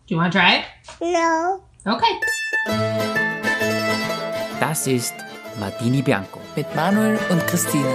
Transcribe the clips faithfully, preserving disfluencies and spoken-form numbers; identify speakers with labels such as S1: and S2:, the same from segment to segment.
S1: Do you want to try it?
S2: No.
S1: Okay.
S3: Das ist Martini Bianco.
S4: Mit Manuel und Christine.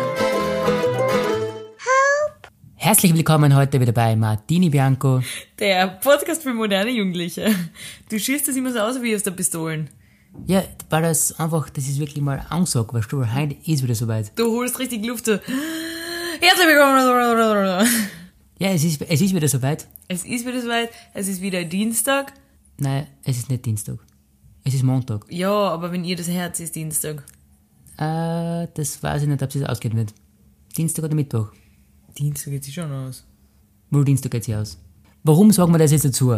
S3: Herzlich willkommen heute wieder bei Martini Bianco.
S4: Der Podcast für moderne Jugendliche. Du schießt das immer so aus wie aus der Pistolen.
S3: Ja, weil das einfach, das ist wirklich mal Ansage, weißt du, weil heute ist wieder soweit.
S4: Du holst richtig Luft so. Herzlich willkommen.
S3: Ja, es ist, es ist wieder soweit.
S4: Es ist wieder soweit. Es ist wieder Dienstag.
S3: Nein, es ist nicht Dienstag. Es ist Montag.
S4: Ja, aber wenn ihr das Herz ist Dienstag.
S3: Äh, das weiß ich nicht, ob es das ausgeht wird. Dienstag oder Mittwoch?
S4: Dienstag geht sich schon aus.
S3: Wohl Dienstag geht sie aus. Warum sagen wir das jetzt dazu?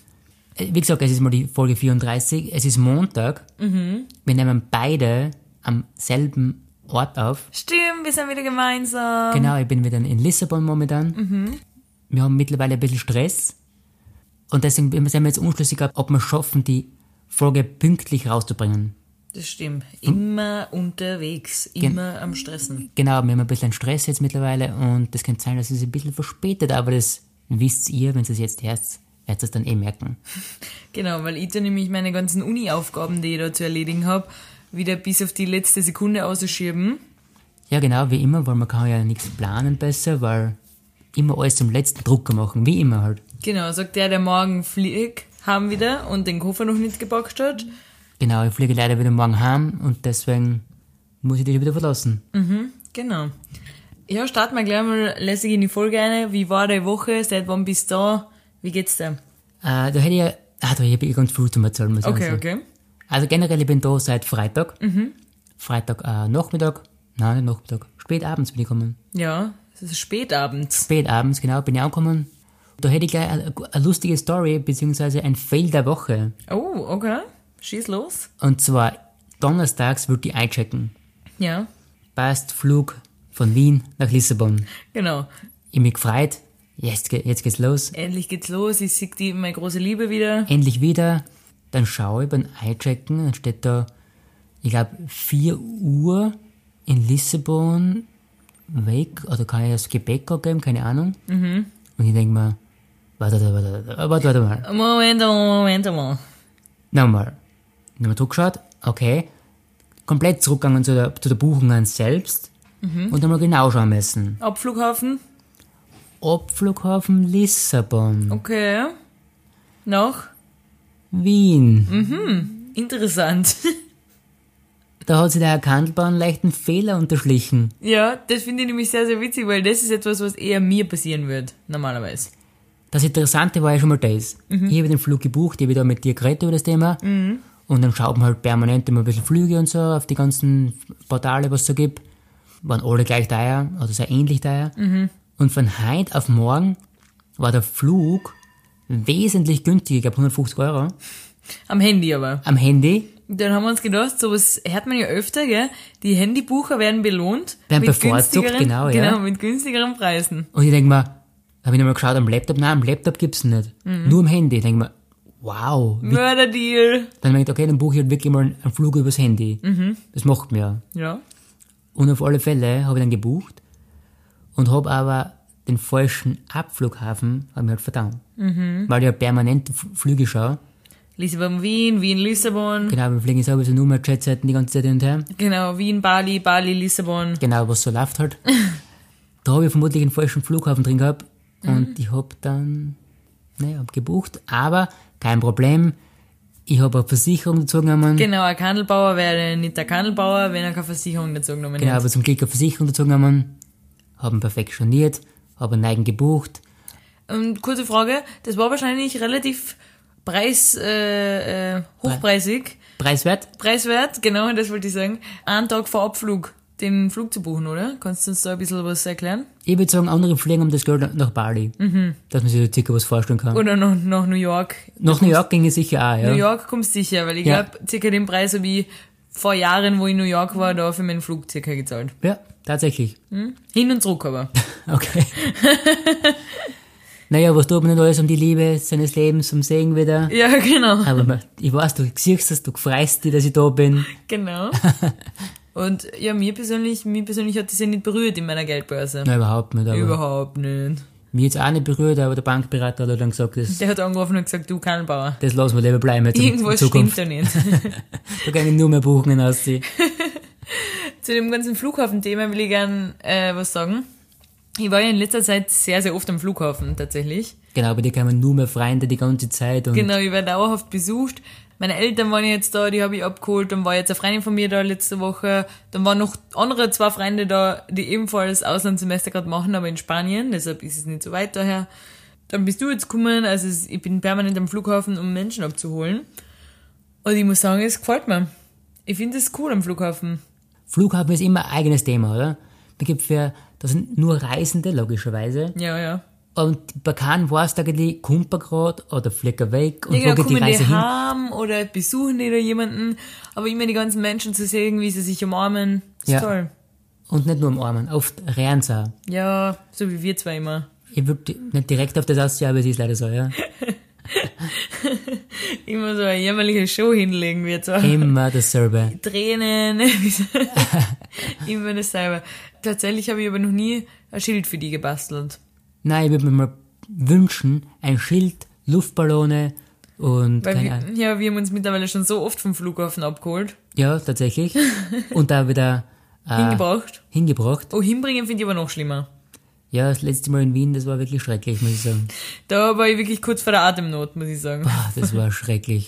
S3: Wie gesagt, es ist mal die Folge vierunddreißig. Es ist Montag. Mhm. Wir nehmen beide am selben Ort auf.
S4: Stimmt, wir sind wieder gemeinsam.
S3: Genau, ich bin wieder in Lissabon momentan. Mhm. Wir haben mittlerweile ein bisschen Stress. Und deswegen sind wir jetzt unschlüssig, ob wir schaffen, die Folge pünktlich rauszubringen.
S4: Das stimmt. Immer hm? unterwegs. Immer Gen- am Stressen.
S3: Genau, wir haben ein bisschen Stress jetzt mittlerweile. Und das kann sein, dass es ein bisschen verspätet, aber das wisst ihr, wenn ihr es jetzt hört, werdet ihr es dann eh merken.
S4: Genau, weil ich da nämlich meine ganzen Uni-Aufgaben, die ich da zu erledigen habe, wieder bis auf die letzte Sekunde ausschieben.
S3: Ja, genau, wie immer, weil man kann ja nichts planen besser, weil immer alles zum letzten Drucker machen, wie immer halt.
S4: Genau, sagt der, der morgen fliegt, haben wieder und den Koffer noch nicht gepackt hat.
S3: Genau, ich fliege leider wieder morgen heim und deswegen muss ich dich wieder verlassen.
S4: Mhm, genau. Ja, starten wir gleich mal lässig in die Folge rein. Wie war die Woche? Seit wann bist du da? Wie geht's dir?
S3: Äh, da hätte ich ja, ah, da habe ich ganz viel zu erzählen, muss ich
S4: Okay,
S3: sagen.
S4: okay.
S3: Also generell, ich bin da seit Freitag.
S4: Mhm.
S3: Freitag äh, Nachmittag, nein, nicht Nachmittag, spätabends bin ich gekommen.
S4: Ja, es ist spätabends.
S3: Spätabends, genau, bin ich angekommen. Da hätte ich gleich eine, eine lustige Story, beziehungsweise ein Fail der Woche.
S4: Oh, okay. Schieß los.
S3: Und zwar, donnerstags würde ich einchecken.
S4: Ja.
S3: Passt, Flug von Wien nach Lissabon.
S4: Genau.
S3: Ich mich gefreut, jetzt, jetzt geht's los.
S4: Endlich geht's los, ich sehe die meine große Liebe wieder.
S3: Endlich wieder. Dann schaue ich beim Einchecken, dann steht da, ich glaube, vier Uhr in Lissabon weg, oder kann ich das Gepäck geben, keine Ahnung. Mhm. Und ich denke mir, warte, warte, warte, warte, warte mal.
S4: Moment, Moment mal.
S3: Nochmal. Dann haben wir zurückgeschaut, okay, komplett zurückgegangen zu der, zu der Buchung an selbst mhm. und dann mal genau schauen müssen.
S4: Abflughafen?
S3: Abflughafen Lissabon.
S4: Okay. Noch?
S3: Wien.
S4: Mhm, interessant.
S3: Da hat sich der Herr Kandelbauer einen leichten Fehler unterschlichen.
S4: Ja, das finde ich nämlich sehr, sehr witzig, weil das ist etwas, was eher mir passieren wird, normalerweise.
S3: Das Interessante war ja schon mal das. Mhm. Ich habe den Flug gebucht, ich habe da mit dir geredet über das Thema. Mhm. Und dann schaut man halt permanent immer ein bisschen Flüge und so auf die ganzen Portale, was es so gibt. Waren alle gleich teuer, also sehr ähnlich teuer. Mhm. Und von heute auf morgen war der Flug wesentlich günstiger, ich glaube hundertfünfzig Euro.
S4: Am Handy aber.
S3: Am Handy.
S4: Dann haben wir uns gedacht, sowas hört man ja öfter, gell? Die Handybucher werden belohnt.
S3: Werden
S4: mit
S3: bevorzugt, genau, ja.
S4: Genau, mit günstigeren Preisen.
S3: Und ich denke mir, habe ich nochmal geschaut am Laptop, nein, am Laptop gibt's nicht. Mhm. Nur am Handy. Ich denke mir, wow.
S4: Mörderdeal.
S3: Dann habe ich gedacht, okay, dann buche ich halt wirklich mal einen Flug übers Handy. Mhm. Das macht mir ja.
S4: Ja.
S3: Und auf alle Fälle habe ich dann gebucht und habe aber den falschen Abflughafen habe ich halt verdammt. Mhm. Weil ich halt permanent Flüge schaue.
S4: Lissabon, Wien, Wien, Lissabon.
S3: Genau, wir fliegen sowieso nur mehr Jetzeiten die ganze Zeit hin und her.
S4: Genau, Wien, Bali, Bali, Lissabon.
S3: Genau, was so läuft halt. Da habe ich vermutlich einen falschen Flughafen drin gehabt und mhm. ich habe dann, naja, hab gebucht, aber kein Problem. Ich habe eine Versicherung dazu genommen.
S4: Genau, ein Kandelbauer wäre nicht der Kandelbauer, wenn er keine Versicherung dazu genommen hätte.
S3: Genau, aber zum Glück eine Versicherung dazu genommen. Haben perfekt storniert, habe einen eigenen gebucht.
S4: Und kurze Frage, das war wahrscheinlich relativ preis, äh, äh, hochpreisig.
S3: Preiswert?
S4: Preiswert, genau, das wollte ich sagen. Einen Tag vor Abflug den Flug zu buchen, oder? Kannst du uns da ein bisschen was erklären?
S3: Ich würde sagen, andere fliegen um das Geld nach Bali. Mhm. Dass man sich da circa was vorstellen kann.
S4: Oder nach, nach New York.
S3: Nach New York ginge sicher auch, ja.
S4: New York kommst sicher, weil ich ja. glaube, circa den Preis habe ich vor Jahren, wo ich in New York war, da für meinen Flug circa gezahlt.
S3: Ja, tatsächlich.
S4: Hm? Hin und zurück aber.
S3: Okay. Naja, was tut man nicht alles um die Liebe seines Lebens, um Segen wieder?
S4: Ja, genau.
S3: Aber ich weiß, du siehst es, du freust dich, dass ich da bin.
S4: Genau. Und ja, mir persönlich, mir persönlich hat das ja nicht berührt in meiner Geldbörse.
S3: Nein, überhaupt nicht. Aber
S4: überhaupt nicht.
S3: Mich jetzt auch nicht berührt, aber der Bankberater hat dann gesagt, das,
S4: Der hat angerufen und gesagt, du Kannbauer.
S3: das lassen wir lieber bleiben jetzt in
S4: Irgendwas
S3: Zukunft.
S4: stimmt da nicht.
S3: Da kann ich nur mehr Buchungen aussehen.
S4: Zu dem ganzen Flughafen-Thema will ich gern äh, was sagen. Ich war ja in letzter Zeit sehr, sehr oft am Flughafen tatsächlich.
S3: Genau, bei dir kommen nur mehr Freunde die ganze Zeit. Und
S4: Genau, ich werde dauerhaft besucht. Meine Eltern waren jetzt da, die habe ich abgeholt. Dann war jetzt eine Freundin von mir da letzte Woche. Dann waren noch andere zwei Freunde da, die ebenfalls Auslandssemester gerade machen, aber in Spanien. Deshalb ist es nicht so weit daher. Dann bist du jetzt gekommen. Also ich bin permanent am Flughafen, um Menschen abzuholen. Und ich muss sagen, es gefällt mir. Ich finde es cool am Flughafen.
S3: Flughafen ist immer ein eigenes Thema, oder? Da gibt's ja, das sind nur Reisende, logischerweise.
S4: Ja, ja.
S3: Und bei keinem weißt du eigentlich, kommt er gerade oder fliegt er weg und
S4: Ja,
S3: wo
S4: genau,
S3: geht die
S4: kommen
S3: Reise
S4: die
S3: hin?
S4: heim oder besuchen die da jemanden. Aber immer die ganzen Menschen zu sehen, wie sie sich umarmen, ist
S3: Ja.
S4: toll.
S3: Und nicht nur am Armen, oft rennen sie auch.
S4: Ja, so wie wir zwei immer.
S3: Ich würde nicht direkt auf das aussehen, aber es ist leider so, ja.
S4: Immer so eine jämmerliche Show hinlegen, wir zwei.
S3: Immer dasselbe.
S4: Tränen. Immer dasselbe. Tatsächlich habe ich aber noch nie ein Schild für die gebastelt.
S3: Nein, ich würde mir mal wünschen, ein Schild, Luftballone und
S4: Weil
S3: keine
S4: wir,
S3: Ahnung.
S4: ja, wir haben uns mittlerweile schon so oft vom Flughafen abgeholt.
S3: Ja, tatsächlich. Und da wieder äh,
S4: Hingebracht.
S3: hingebracht.
S4: Oh, hinbringen finde ich aber noch schlimmer.
S3: Ja, das letzte Mal in Wien, das war wirklich schrecklich, muss ich sagen.
S4: Da war ich wirklich kurz vor der Atemnot, muss ich sagen.
S3: Ah, das war schrecklich.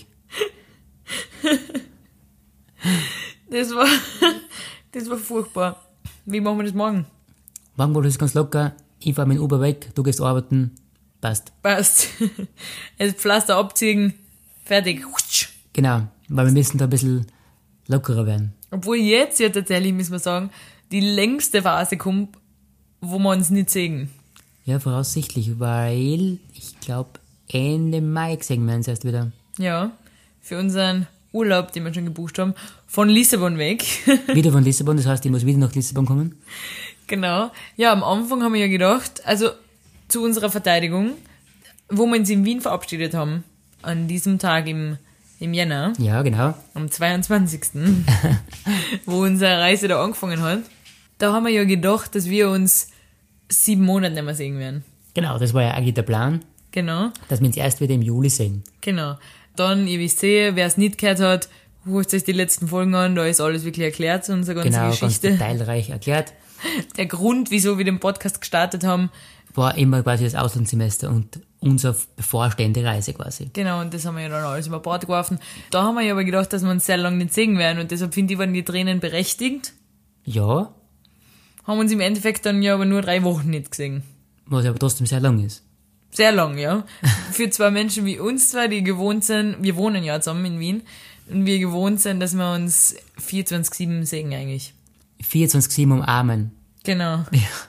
S4: Das war, das war furchtbar. Wie machen wir das morgen?
S3: Morgen war das ganz locker. Ich fahr mit dem Uber weg, du gehst arbeiten. Passt.
S4: Passt. Das Pflaster abziehen, fertig.
S3: Genau, weil wir müssen da ein bisschen lockerer werden.
S4: Obwohl jetzt ja tatsächlich, müssen wir sagen, die längste Phase kommt, wo wir uns nicht sehen.
S3: Ja, voraussichtlich, weil ich glaube Ende Mai gesehen wir uns erst wieder.
S4: Ja, für unseren Urlaub, den wir schon gebucht haben, von Lissabon weg.
S3: Wieder von Lissabon, das heißt, ich muss wieder nach Lissabon kommen.
S4: Genau. Ja, am Anfang haben wir ja gedacht, also zu unserer Verteidigung, wo wir uns in Wien verabschiedet haben, an diesem Tag im, im Jänner,
S3: Ja, genau.
S4: am zweiundzwanzigsten wo unsere Reise da angefangen hat, da haben wir ja gedacht, dass wir uns sieben Monate nicht mehr sehen werden.
S3: Genau, das war ja eigentlich der Plan,
S4: Genau,
S3: dass wir uns erst wieder im Juli sehen.
S4: genau. Dann, ihr wisst eh, wer es nicht gehört hat, hört euch die letzten Folgen an, da ist alles wirklich erklärt, unsere ganze
S3: Genau, ganz
S4: Geschichte.
S3: detailreich erklärt.
S4: Der Grund, wieso wir den Podcast gestartet haben.
S3: War immer quasi das Auslandssemester und unsere bevorstehende Reise quasi.
S4: Genau, und das haben wir ja dann alles über Bord geworfen. Da haben wir ja aber gedacht, dass wir uns sehr lange nicht sehen werden und deshalb finde ich, waren die Tränen berechtigt.
S3: Ja,
S4: Haben uns im Endeffekt dann ja aber nur drei Wochen nicht gesehen.
S3: was aber trotzdem sehr lang ist.
S4: Sehr lang, ja. Für zwei Menschen wie uns zwei, die gewohnt sind, wir wohnen ja zusammen in Wien, und wir gewohnt sind, dass wir uns vierundzwanzig sieben sehen eigentlich.
S3: vierundzwanzig sieben umarmen.
S4: Genau.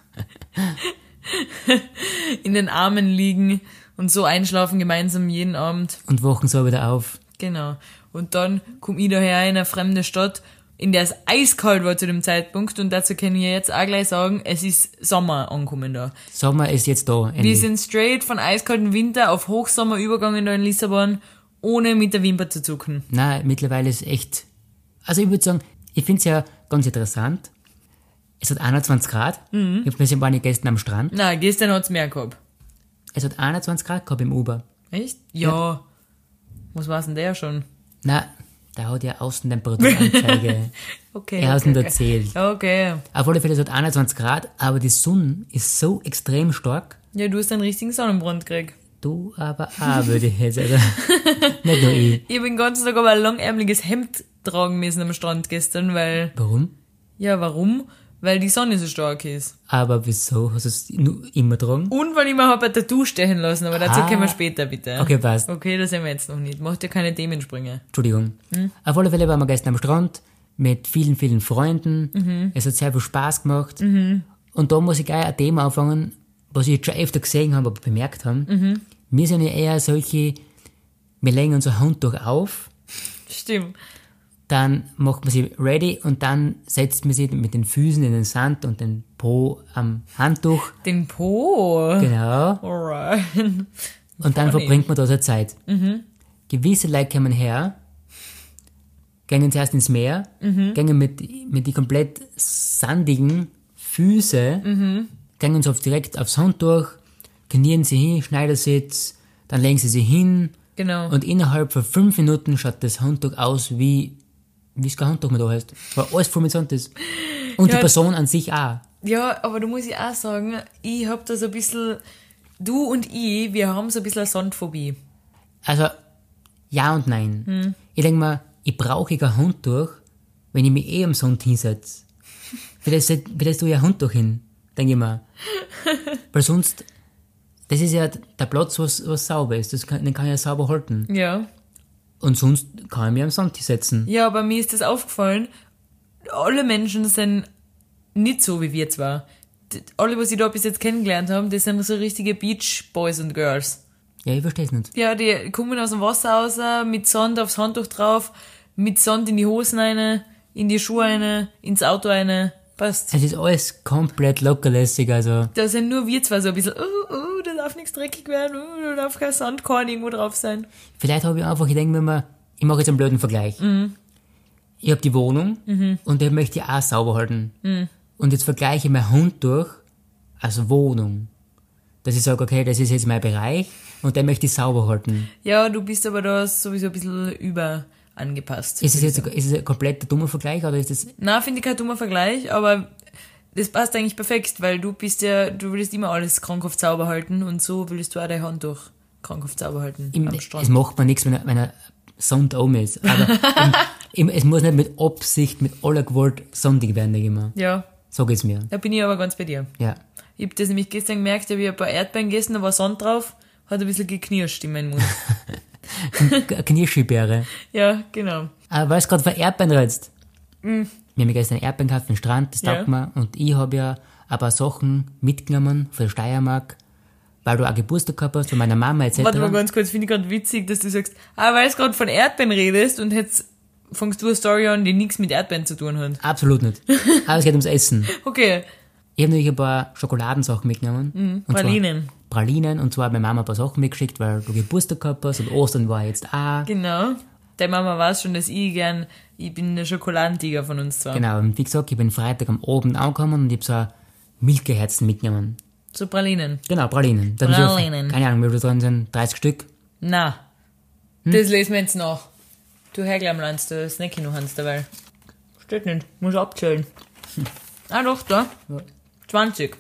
S4: In den Armen liegen und so einschlafen gemeinsam jeden Abend.
S3: Und wachen so wieder auf.
S4: Genau. Und dann komm ich daher in eine fremde Stadt, in der es eiskalt war zu dem Zeitpunkt, und dazu kann ich jetzt auch gleich sagen, es ist Sommer angekommen da.
S3: Sommer ist jetzt da,
S4: Wir
S3: endlich.
S4: sind straight von eiskalten Winter auf Hochsommer übergegangen da in Lissabon, ohne mit der Wimper zu zucken.
S3: Nein, mittlerweile ist echt... Also ich würde sagen, ich finde es ja ganz interessant. Es hat einundzwanzig Grad. Mhm. Wir sind waren gestern am Strand.
S4: Na, gestern hat's mehr gehabt.
S3: Es hat einundzwanzig Grad gehabt im Uber.
S4: Echt? Ja. Was war's denn der schon?
S3: Nein, da hat ja Außentemperaturanzeige.
S4: Okay.
S3: Er hat
S4: okay,
S3: uns
S4: okay.
S3: erzählt.
S4: Okay.
S3: Auf alle Fälle, es hat einundzwanzig Grad, aber die Sonne ist so extrem stark.
S4: Ja, du hast einen richtigen Sonnenbrand gekriegt.
S3: Du aber auch, würde ich jetzt sagen. Nicht nur ich.
S4: Ich habe den ganzen Tag aber ein langärmeliges Hemd tragen müssen am Strand gestern, weil...
S3: Warum?
S4: Ja, warum? Weil die Sonne so stark ist.
S3: Aber wieso? Hast du es nur immer getragen?
S4: Und weil ich mir hab ein Tattoo stechen lassen, aber dazu
S3: Ah.
S4: kommen wir später, bitte.
S3: Okay, passt.
S4: Okay, das sehen wir jetzt noch nicht. Macht ja keine Themensprünge.
S3: Entschuldigung. Auf alle Fälle waren wir gestern am Strand mit vielen, vielen Freunden.
S4: Mhm.
S3: Es hat sehr viel Spaß gemacht. Mhm. Und da muss ich gleich ein Thema anfangen, was ich jetzt schon öfter gesehen habe, aber bemerkt haben.
S4: Mhm.
S3: Wir sind ja eher solche, wir legen unser Handtuch auf,
S4: Stimmt.
S3: dann macht man sie ready und dann setzt man sie mit den Füßen in den Sand und den Po am Handtuch.
S4: Den Po.
S3: Genau.
S4: Alright.
S3: Und dann
S4: Funny.
S3: verbringt man da seine Zeit.
S4: Mhm.
S3: Gewisse Leute kommen her, gehen zuerst ins Meer,
S4: Mhm.
S3: gehen mit, mit die komplett sandigen Füße,
S4: Mhm.
S3: gehen uns auf direkt aufs Handtuch, knieren sie hin, Schneidersitz, dann legen sie sie hin.
S4: Genau.
S3: Und innerhalb von fünf Minuten schaut das Handtuch aus, wie, wie es kein Handtuch mehr da heißt. Weil alles voll mit Sand ist. Und
S4: Ja.
S3: die Person an sich auch.
S4: Ja, aber da muss ich auch sagen, ich hab da so ein bisschen, du und ich, wir haben so ein bisschen eine Sandphobie.
S3: Also, ja und nein.
S4: Hm.
S3: Ich denke mir, ich brauche kein Handtuch, wenn ich mich eh am Sand hinsetze. Vielleicht, vielleicht tue ich ein Handtuch hin, denke ich mir. Weil sonst, das ist ja der Platz, was, was sauber ist. Das kann, den kann ich ja sauber halten.
S4: Ja.
S3: Und sonst kann ich mich am Sand hinsetzen.
S4: Ja, aber mir ist das aufgefallen, alle Menschen sind nicht so wie wir zwar. Die- Alle, was ich da bis jetzt kennengelernt habe, das sind so richtige Beach Boys und Girls.
S3: Ja, ich verstehe es nicht.
S4: Ja, die kommen aus dem Wasser raus, mit Sand aufs Handtuch drauf, mit Sand in die Hosen rein, in die Schuhe rein, ins Auto rein. Passt.
S3: Es ist alles komplett lockerlässig, also.
S4: Da sind nur wir zwei so ein bisschen, oh, oh, da darf nichts dreckig werden, oh, da darf kein Sandkorn irgendwo drauf sein.
S3: Vielleicht habe ich einfach, ich denke mir mal, ich mache jetzt einen blöden Vergleich.
S4: Mhm.
S3: Ich habe die Wohnung und die möchte ich auch sauber halten.
S4: Mhm.
S3: Und jetzt vergleiche ich mein Handtuch als Wohnung. Dass ich sage, okay, das ist jetzt mein Bereich und den möchte ich sauber halten.
S4: Ja, du bist aber da sowieso ein bisschen überangepasst.
S3: Ist es jetzt ist es ein komplett ein dummer Vergleich oder ist das...
S4: Na, finde ich kein dummer Vergleich, aber das passt eigentlich perfekt, weil du bist ja, du willst immer alles krankhaft sauber halten und so willst du auch dein Handtuch krankhaft sauber halten
S3: Im,
S4: am
S3: es
S4: Strand.
S3: macht mir nichts, wenn er, wenn er Sand oben ist. Aber im, im, es muss nicht mit Absicht, mit aller Gewalt sandig werden, denke ich mal.
S4: Ja,
S3: So geht's mir.
S4: da bin ich aber ganz bei dir.
S3: Ja.
S4: Ich hab das nämlich gestern gemerkt, ich hab ein paar Erdbeeren gegessen, da war Sand drauf, hat ein bisschen geknirscht in meinem Mund.
S3: Eine Knirschbeere.
S4: Ja, genau.
S3: Aber weil es gerade von Erdbeeren redest. Wir haben ja gestern Erdbeeren gehabt für den Strand, das
S4: Ja.
S3: taugt mir. Und ich habe ja ein paar Sachen mitgenommen von der Steiermark, weil du auch Geburtstag gehabt hast, von meiner Mama et cetera.
S4: Warte mal ganz kurz, finde ich gerade witzig, dass du sagst, ah, weil du gerade von Erdbeeren redest und jetzt fängst du eine Story an, die nichts mit Erdbeeren zu tun hat.
S3: Absolut nicht. Aber es geht ums Essen.
S4: Okay,
S3: Ich habe natürlich ein paar Schokoladensachen mitgenommen.
S4: mhm.
S3: Und zwar
S4: Pralinen.
S3: Pralinen. Und zwar hat meine Mama ein paar Sachen mitgeschickt, weil du Geburtstag gehabt hast und Ostern war jetzt auch.
S4: Genau. Deine Mama weiß schon, dass ich gern, ich bin der Schokoladentiger von uns zwei.
S3: Genau. Und wie gesagt, ich bin Freitag am Abend angekommen und ich habe so ein Milchgeherzen mitgenommen.
S4: So Pralinen.
S3: Genau, Pralinen. Da hab ich so-
S4: Pralinen.
S3: Keine Ahnung, wie viel da drin sind. dreißig Stück.
S4: Na,
S3: Hm?
S4: das lesen wir jetzt nach. Du hergleich lernst, du Snacky noch hast dabei. Steht nicht, muss abzählen. Ah doch, da.
S3: Ja.
S4: zwanzig.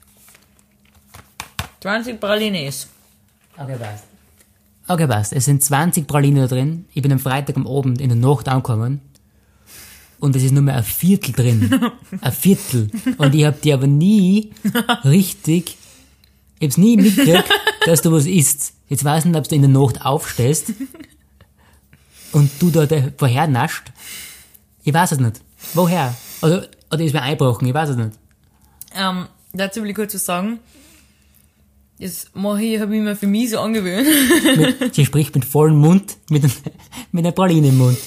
S4: zwanzig Pralines.
S3: Okay, passt. Okay, passt. Es sind zwanzig Pralinen da drin. Ich bin am Freitag am Abend in der Nacht angekommen. Und es ist nur mehr ein Viertel drin. Ein Viertel. Und ich hab die aber nie richtig, ich hab's nie mitgekriegt, dass du was isst. Jetzt weiß ich nicht, ob du in der Nacht aufstehst und du da da vorher nascht. Ich weiß es nicht. Woher? Oder, oder ist mir eingebrochen? Ich weiß es nicht.
S4: Ähm, dazu will ich kurz was sagen. Das mache ich, habe ich mir für mich so angewöhnt.
S3: Mit, sie spricht mit vollem Mund, mit, einem- mit einer Praline im Mund.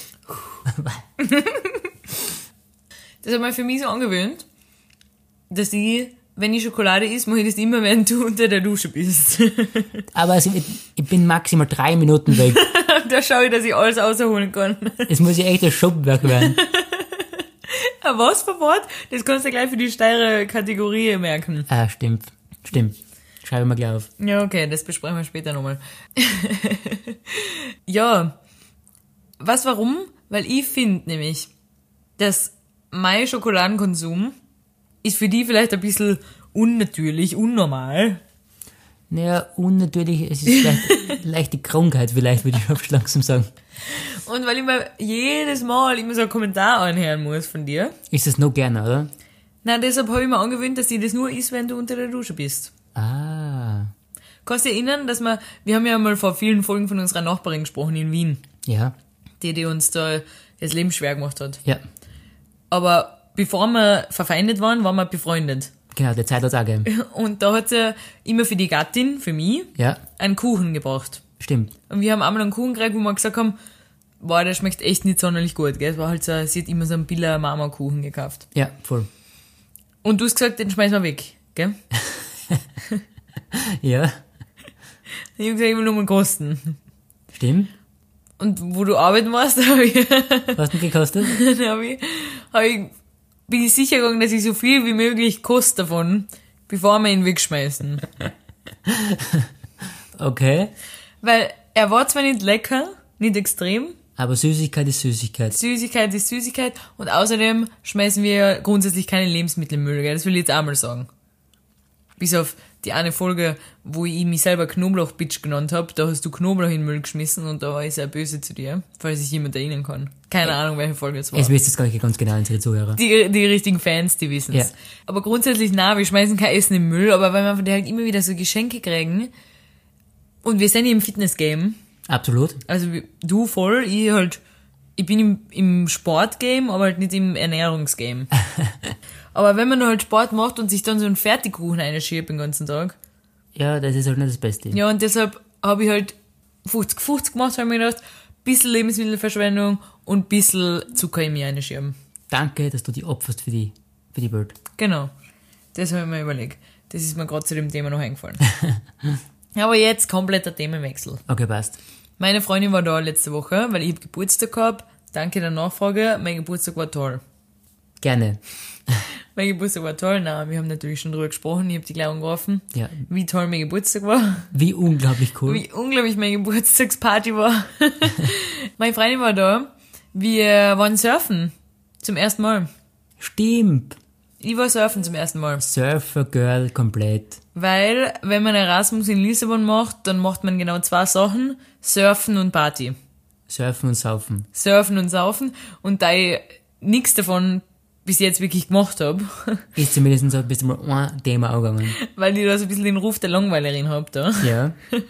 S4: Das habe ich mir für mich so angewöhnt, dass ich, wenn ich Schokolade esse, mache ich das immer, wenn du unter der Dusche bist.
S3: Aber also, ich, ich bin maximal drei Minuten weg.
S4: Da schaue ich, dass ich alles rausholen kann.
S3: Es muss ja echt ein Schubwerk werden.
S4: Ah, was für Wort? Das kannst du gleich für die steire Kategorie merken.
S3: Ah, stimmt. Stimmt. Schreibe ich mal gleich auf.
S4: Ja, okay, das besprechen wir später nochmal. Ja, was warum? Weil ich finde nämlich, dass mein Schokoladenkonsum ist für die vielleicht ein bisschen unnatürlich, unnormal.
S3: Naja, und natürlich, es ist vielleicht leichte Krankheit, vielleicht, würde ich schon langsam sagen.
S4: Und weil ich mir jedes Mal immer so einen Kommentar anhören muss von dir.
S3: Ist das noch gerne, oder?
S4: Na, deshalb habe ich mir angewöhnt, dass ich das nur isst, wenn du unter der Dusche bist.
S3: Ah.
S4: Kannst du dich erinnern, dass wir, wir haben ja mal vor vielen Folgen von unserer Nachbarin gesprochen in Wien,
S3: Ja.
S4: die, die uns da das Leben schwer gemacht hat.
S3: Ja.
S4: Aber bevor wir verfeindet waren, waren wir befreundet.
S3: Genau, die Zeit hat es auch gegeben.
S4: Und da hat sie immer für die Gattin, für mich,
S3: Ja.
S4: einen Kuchen gebracht.
S3: Stimmt.
S4: Und wir haben einmal einen Kuchen gekriegt, wo wir gesagt haben, boah, der schmeckt echt nicht sonderlich gut, gell? Es war halt so, sie hat immer so einen Billa Mama Kuchen gekauft.
S3: Ja, voll.
S4: Und du hast gesagt, den schmeißen wir weg, gell?
S3: Ja.
S4: Ich hab gesagt, ich will nur mal kosten.
S3: Stimmt.
S4: Und wo du arbeiten warst, hab ich,
S3: Was hat denn gekostet?
S4: dann hab ich, hab ich, bin ich sicher gegangen, dass ich so viel wie möglich koste davon, bevor wir ihn wegschmeißen.
S3: Okay.
S4: Weil er war zwar nicht lecker, nicht extrem,
S3: Aber Süßigkeit ist Süßigkeit.
S4: Süßigkeit ist Süßigkeit und außerdem schmeißen wir grundsätzlich keine Lebensmittel im Müll, gell? Das will ich jetzt einmal sagen. Bis auf die eine Folge, wo ich mich selber Knoblauch-Bitch genannt habe, da hast du Knoblauch in den Müll geschmissen und da war ich sehr böse zu dir, falls sich jemand erinnern kann. Keine ja. Ahnung, welche Folge es war.
S3: Es wisst es gar nicht ganz genau, unsere Zuhörer.
S4: Die, die richtigen Fans, die wissen's. Ja. Aber grundsätzlich, na, wir schmeißen kein Essen im Müll, aber weil wir von dir halt immer wieder so Geschenke kriegen und wir sind ja im Fitness-Game.
S3: Absolut.
S4: Also du voll, ich halt, ich bin im, im Sport-Game, aber halt nicht im Ernährungsgame. Aber wenn man halt Sport macht und sich dann so einen Fertigkuchen einschiebt den ganzen Tag.
S3: Ja, das ist halt nicht das Beste.
S4: Ja, und deshalb habe ich halt fünfzig fünfzig gemacht, habe ich mir gedacht, bisschen Lebensmittelverschwendung und bisschen Zucker in mir einschieben.
S3: Danke, dass du dich opferst für die, für die Welt.
S4: Genau. Das habe ich mir überlegt. Das ist mir gerade zu dem Thema noch eingefallen. Aber jetzt kompletter Themenwechsel.
S3: Okay, passt.
S4: Meine Freundin war da letzte Woche, weil ich hab Geburtstag gehabt. Danke der Nachfrage. Mein Geburtstag war toll.
S3: Gerne.
S4: Mein Geburtstag war toll. Na, wir haben natürlich schon drüber gesprochen. Ich habe die gleich angerufen.
S3: Ja.
S4: Wie toll mein Geburtstag war.
S3: Wie unglaublich cool.
S4: Wie unglaublich meine Geburtstagsparty war. Meine Freundin war da. Wir waren surfen. Zum ersten Mal.
S3: Stimmt.
S4: Ich war surfen zum ersten Mal.
S3: Surfer Girl komplett.
S4: Weil, wenn man Erasmus in Lissabon macht, dann macht man genau zwei Sachen. Surfen und Party.
S3: Surfen und saufen.
S4: Surfen und saufen. Und da ich nichts davon bis jetzt wirklich gemacht habe.
S3: Ist zumindest so bis mal ein Thema angegangen.
S4: Weil ich da so ein bisschen den Ruf der Langweilerin hab da.
S3: Ja.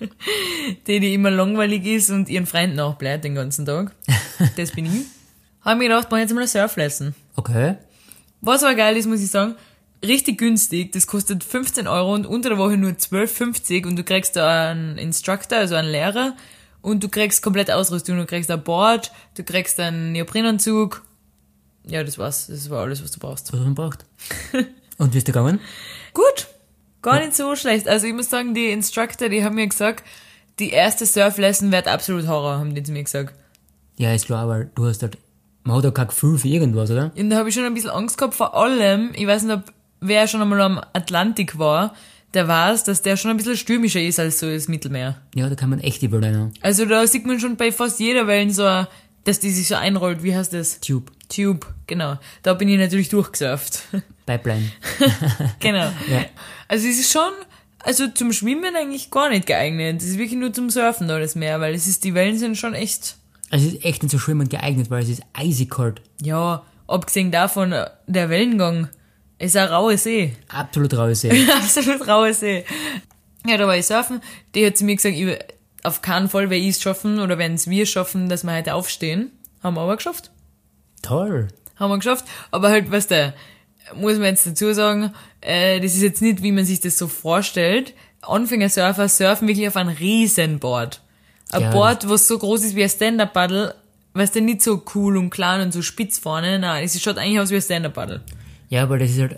S4: Die, die immer langweilig ist und ihren Freunden nachbleibt den ganzen Tag. Das bin ich. Hab mir gedacht, mach jetzt mal ein Surflesson.
S3: Okay.
S4: Was aber geil ist, muss ich sagen, richtig günstig. Das kostet fünfzehn Euro und unter der Woche nur zwölf fünfzig und du kriegst da einen Instructor, also einen Lehrer und du kriegst komplett Ausrüstung. Du kriegst ein Board, du kriegst einen Neoprenanzug. Ja, das war's. Das war alles, was du brauchst.
S3: Was man braucht. Und wie ist der gegangen?
S4: Gut. Gar nicht so schlecht. Also ich muss sagen, die Instructor, die haben mir gesagt, die erste Surflesson wird absolut Horror, haben die zu mir gesagt.
S3: Ja, ist klar, weil du hast halt, man hat ja kein Gefühl für irgendwas, oder?
S4: Und da habe ich schon ein bisschen Angst gehabt, vor allem, ich weiß nicht, ob wer schon einmal am Atlantik war, der weiß, dass der schon ein bisschen stürmischer ist als so das Mittelmeer.
S3: Ja, da kann man echt die Welt rein.
S4: Also da sieht man schon bei fast jeder Welle so, ein, dass die sich so einrollt. Wie heißt das?
S3: Tube.
S4: Tube, genau. Da bin ich natürlich durchgesurft.
S3: Pipeline.
S4: Genau.
S3: Ja.
S4: Also es ist schon, also zum Schwimmen eigentlich gar nicht geeignet. Es ist wirklich nur zum Surfen da das Meer, weil es ist, die Wellen sind schon echt...
S3: Also es ist echt nicht zum Schwimmen geeignet, weil es ist eisig kalt.
S4: Ja, abgesehen davon, der Wellengang ist ein rauer See.
S3: Absolut rauer See.
S4: Absolut rauer See. Ja, da war ich surfen. Die hat zu mir gesagt, ich, auf keinen Fall werde ich es schaffen oder werden es wir schaffen, dass wir heute aufstehen. Haben wir aber geschafft.
S3: Toll.
S4: Haben wir geschafft. Aber halt, weißt du, muss man jetzt dazu sagen, äh, das ist jetzt nicht, wie man sich das so vorstellt. Anfängersurfer surfen wirklich auf einem Riesenboard. Ein
S3: Ja.
S4: Board, was so groß ist wie ein Stand-Up-Paddle, weißt du, nicht so cool und klein und so spitz vorne. Nein, es schaut eigentlich aus wie ein Stand-Up-Paddle.
S3: Ja, aber das ist halt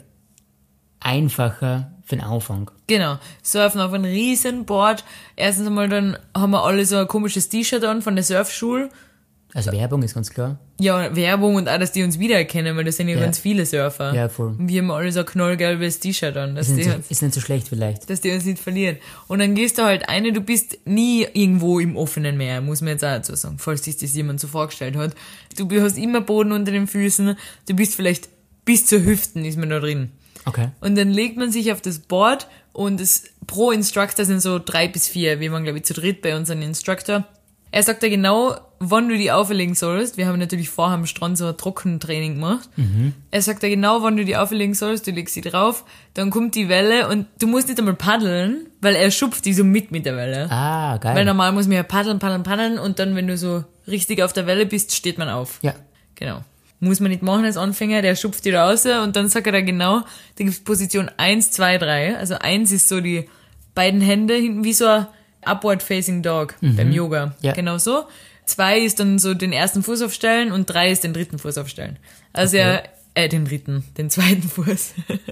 S3: einfacher für den Anfang.
S4: Genau. Surfen auf einem riesen Board. Erstens einmal dann haben wir alle so ein komisches T-Shirt an von der Surfschule.
S3: Also Werbung ist ganz klar.
S4: Ja, Werbung und auch, dass die uns wiedererkennen, weil das sind ja,
S3: Ja.
S4: ganz viele Surfer.
S3: Ja, voll.
S4: Und wir haben alle so ein knallgelbes T-Shirt an, dass
S3: Ist
S4: die,
S3: nicht, so, ist nicht so schlecht vielleicht.
S4: dass die uns nicht verlieren. Und dann gehst du halt eine, du bist nie irgendwo im offenen Meer, muss man jetzt auch dazu sagen, falls sich das jemand so vorgestellt hat. Du hast immer Boden unter den Füßen, du bist vielleicht bis zur Hüften ist man da drin.
S3: Okay.
S4: Und dann legt man sich auf das Board und es, pro Instructor sind so drei bis vier. Wir waren, glaube ich, zu dritt bei unserem Instructor. Er sagt ja genau, wann du die auflegen sollst. Wir haben natürlich vorher am Strand so ein Trockentraining gemacht. Mhm. Er sagt ja genau, wann du die auflegen sollst. Du legst sie drauf, dann kommt die Welle und du musst nicht einmal paddeln, weil er schupft die so mit mit der Welle.
S3: Ah, geil.
S4: Weil normal muss man ja paddeln, paddeln, paddeln und dann, wenn du so richtig auf der Welle bist, steht man auf.
S3: Ja.
S4: Genau. Muss man nicht machen als Anfänger, der schupft die raus und dann sagt er da genau, da gibt's Position eins, zwei, drei. Also eins ist so die beiden Hände hinten wie so ein Upward Facing Dog mhm. beim Yoga.
S3: Ja.
S4: Genau so. Zwei ist dann so den ersten Fuß aufstellen und drei ist den dritten Fuß aufstellen. Also
S3: Okay.
S4: ja, äh, den dritten, den zweiten Fuß.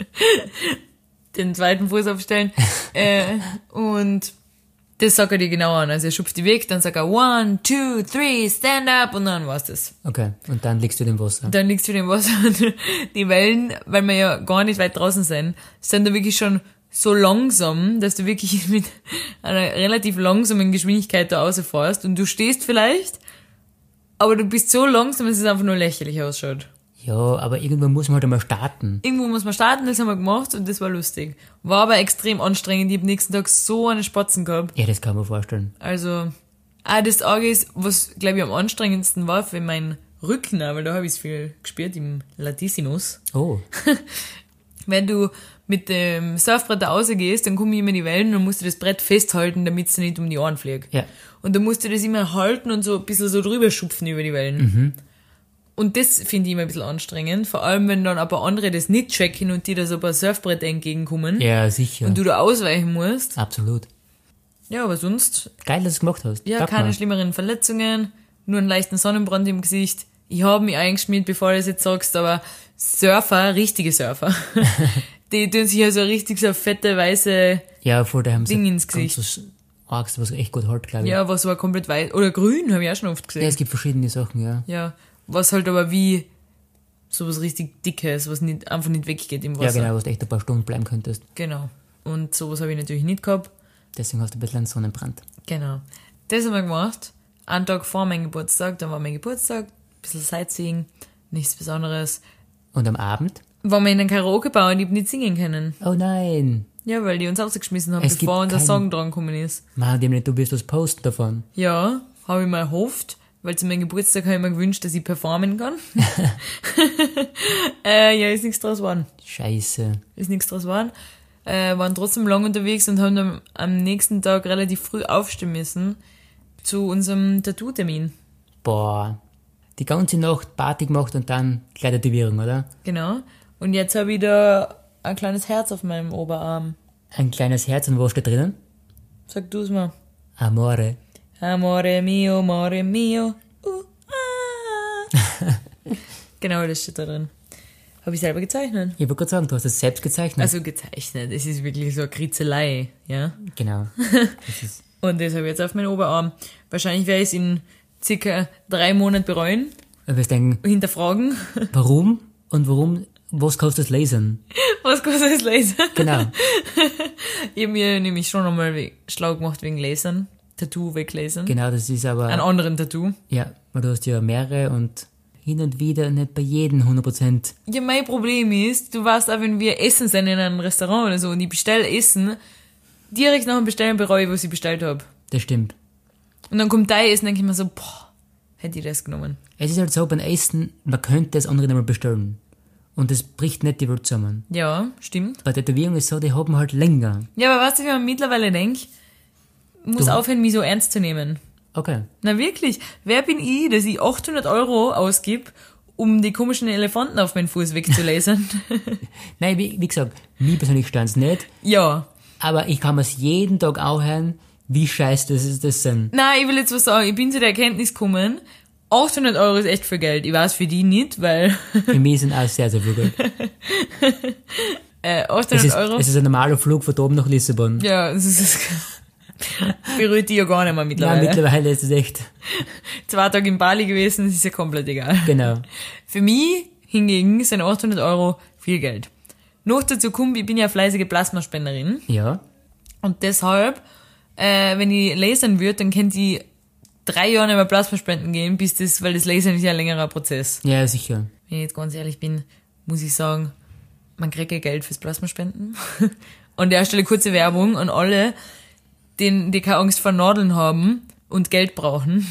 S4: den zweiten Fuß aufstellen. äh, und das sagt er dir genau an. Also er schupft die weg, dann sagt er one, two, three, stand up und dann war's das.
S3: Okay, und dann liegst du in dem Wasser.
S4: Dann liegst du in dem Wasser und die Wellen, weil wir ja gar nicht weit draußen sind, sind da wirklich schon so langsam, dass du wirklich mit einer relativ langsamen Geschwindigkeit da rausfährst und du stehst vielleicht, aber du bist so langsam, dass es einfach nur lächerlich ausschaut.
S3: Ja, aber irgendwann muss man halt einmal starten.
S4: Irgendwo muss man starten, das haben wir gemacht und das war lustig. War aber extrem anstrengend, ich hab am nächsten Tag so eine Spatzen gehabt.
S3: Ja, das kann man vorstellen.
S4: Also, ah, das Auge ist, was glaube ich am anstrengendsten war für meinen Rücken, weil da habe ich es viel gespürt im Latissimus.
S3: Oh.
S4: Wenn du mit dem Surfbrett da rausgehst, dann kommen immer die Wellen und musst du das Brett festhalten, damit es nicht um die Ohren fliegt.
S3: Ja.
S4: Und dann musst du das immer halten und so ein bisschen so drüber schupfen über die Wellen.
S3: Mhm.
S4: Und das finde ich immer ein bisschen anstrengend, vor allem wenn dann aber andere das nicht checken und dir da so ein paar Surfbretter entgegenkommen.
S3: Ja, sicher.
S4: Und du da ausweichen musst.
S3: Absolut.
S4: Ja, aber sonst,
S3: Geil, dass du es gemacht hast.
S4: ja,
S3: Sag
S4: keine
S3: mal.
S4: schlimmeren Verletzungen, nur einen leichten Sonnenbrand im Gesicht. Ich habe mich eingeschmiert, bevor du das jetzt sagst, aber Surfer, richtige Surfer, die tun sich ja so richtig so fette, weiße,
S3: Ja, vor der haben
S4: Ding
S3: sie
S4: ins Gesicht.
S3: ganz args, was echt gut halt, glaube ich.
S4: ja, was war komplett weiß, oder grün, habe ich auch schon oft gesehen.
S3: Ja, es gibt verschiedene Sachen, ja.
S4: Ja, was halt aber wie sowas richtig Dickes, was nicht, einfach nicht weggeht im
S3: Ja,
S4: Wasser.
S3: genau, was du echt ein paar Stunden bleiben könntest.
S4: Genau. Und sowas habe ich natürlich nicht gehabt.
S3: Deswegen hast du ein bisschen einen Sonnenbrand.
S4: Genau. Das haben wir gemacht. Einen Tag vor meinem Geburtstag, dann war mein Geburtstag, ein bisschen Sightseeing, nichts Besonderes.
S3: Und am Abend?
S4: Waren wir in einem Karaoke-Bar und ich hab nicht singen können.
S3: Oh nein.
S4: Ja, weil die uns rausgeschmissen haben,
S3: Es
S4: bevor
S3: gibt
S4: unser
S3: kein-
S4: Song dran gekommen ist.
S3: Mann, die haben nicht, du wirst was posten davon.
S4: Ja, habe ich mir erhofft, weil zu meinem Geburtstag habe ich mir gewünscht, dass ich performen kann. äh, ja, ist nichts draus geworden.
S3: Scheiße.
S4: Ist nichts draus geworden. Äh, waren trotzdem lang unterwegs und haben dann am nächsten Tag relativ früh aufstehen müssen zu unserem Tattoo-Termin.
S3: Boah. Die ganze Nacht Party gemacht und dann gleich eine Tätowierung, oder?
S4: Genau. Und jetzt habe ich da ein kleines Herz auf meinem Oberarm.
S3: Ein kleines Herz und was steht drinnen?
S4: Sag du es mal.
S3: Amore.
S4: Amore mio, amore mio. Uh, ah. Genau, das steht da drin. Habe ich selber gezeichnet.
S3: Ich wollte gerade sagen, du hast es selbst gezeichnet.
S4: Also gezeichnet. Es ist wirklich so eine Kritzelei, ja.
S3: Genau. Das ist,
S4: Und das habe ich jetzt auf meinen Oberarm. Wahrscheinlich werde ich es in circa drei Monaten bereuen,
S3: du wirst denken,
S4: hinterfragen.
S3: warum und warum, was kostet das Lasern?
S4: Was kostet das Laser?
S3: Genau.
S4: Ich habe mir nämlich schon einmal we- schlau gemacht wegen Lasern. Tattoo weglasern.
S3: Genau, das ist aber,
S4: Einen anderen Tattoo.
S3: ja, weil du hast ja mehrere und hin und wieder nicht bei jedem hundert Prozent.
S4: Ja, mein Problem ist, du weißt auch, wenn wir essen sind in einem Restaurant oder so und ich bestelle Essen, direkt nach dem Bestellen bereue ich, was ich bestellt habe.
S3: Das stimmt.
S4: Und dann kommt dein Essen, denke ich mir so, boah, hätte ich das genommen.
S3: Es ist halt so, beim Essen, man könnte das andere nicht mal bestellen. Und das bricht nicht die Welt zusammen.
S4: Ja, stimmt.
S3: Bei Tätowierung ist so, die haben halt länger.
S4: Ja, aber weißt du, wie man mittlerweile denkt, muss
S3: Du-
S4: aufhören, mich so ernst zu nehmen.
S3: Okay.
S4: Na wirklich, wer bin ich, dass ich achthundert Euro ausgib, um die komischen Elefanten auf meinen Fuß wegzulasern?
S3: Nein, wie, wie gesagt, mir persönlich stört's nicht,
S4: Ja.
S3: aber ich kann mir's jeden Tag auch hören, wie scheiße das ist, das sind.
S4: Nein, ich will jetzt was sagen, ich bin zu der Erkenntnis gekommen, achthundert Euro ist echt viel Geld. Ich weiß für die nicht, weil
S3: Für mich sind auch sehr, sehr viel Geld.
S4: äh,
S3: Es
S4: achthundert
S3: ist,
S4: Euro...
S3: es ist ein normaler Flug von da oben nach Lissabon.
S4: Ja, das ist... berührt die ja gar nicht mehr
S3: Ja,
S4: mittlerweile.
S3: mittlerweile ist es echt,
S4: Zwei Tage in Bali gewesen, das ist ja komplett egal.
S3: genau.
S4: Für mich hingegen sind achthundert Euro viel Geld. Noch dazu kommt, ich bin ja fleißige Plasmaspenderin
S3: Ja,
S4: und deshalb, äh, wenn ich lasern würde, dann könnte ich drei Jahre nicht mehr Plasma spenden gehen, bis das, weil das Lasern ist ja ein längerer Prozess.
S3: ja, sicher.
S4: Wenn ich jetzt ganz ehrlich bin, muss ich sagen, man kriegt ja Geld fürs Plasmaspenden. Und an der Stelle kurze Werbung an alle, die, die keine Angst vor Nadeln haben und Geld brauchen.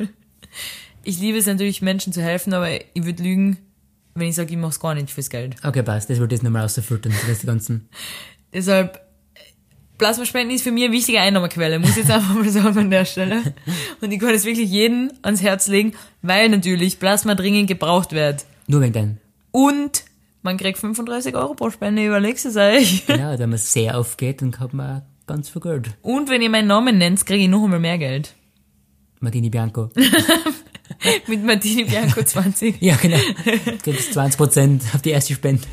S4: Ich liebe es natürlich, Menschen zu helfen, aber ich würde lügen, wenn ich sage, ich mache es gar nicht fürs Geld.
S3: Okay, passt, das wollte ich jetzt nochmal rausfiltern, das die ganzen.
S4: Deshalb, Plasmaspenden ist für mich eine wichtige Einnahmequelle, muss ich jetzt einfach mal sagen an der Stelle. Und ich kann es wirklich jedem ans Herz legen, weil natürlich Plasma dringend gebraucht wird.
S3: Nur wegen deinen.
S4: Und man kriegt fünfunddreißig Euro pro Spende, überlegst es euch.
S3: Genau, wenn man sehr aufgeht, dann hat man auch ganz viel Geld.
S4: Und wenn ihr meinen Namen nennt, kriege ich noch einmal mehr Geld.
S3: Martini Bianco.
S4: Mit Martini Bianco zwanzig.
S3: Ja, genau. Kriegst zwanzig Prozent auf die erste Spende.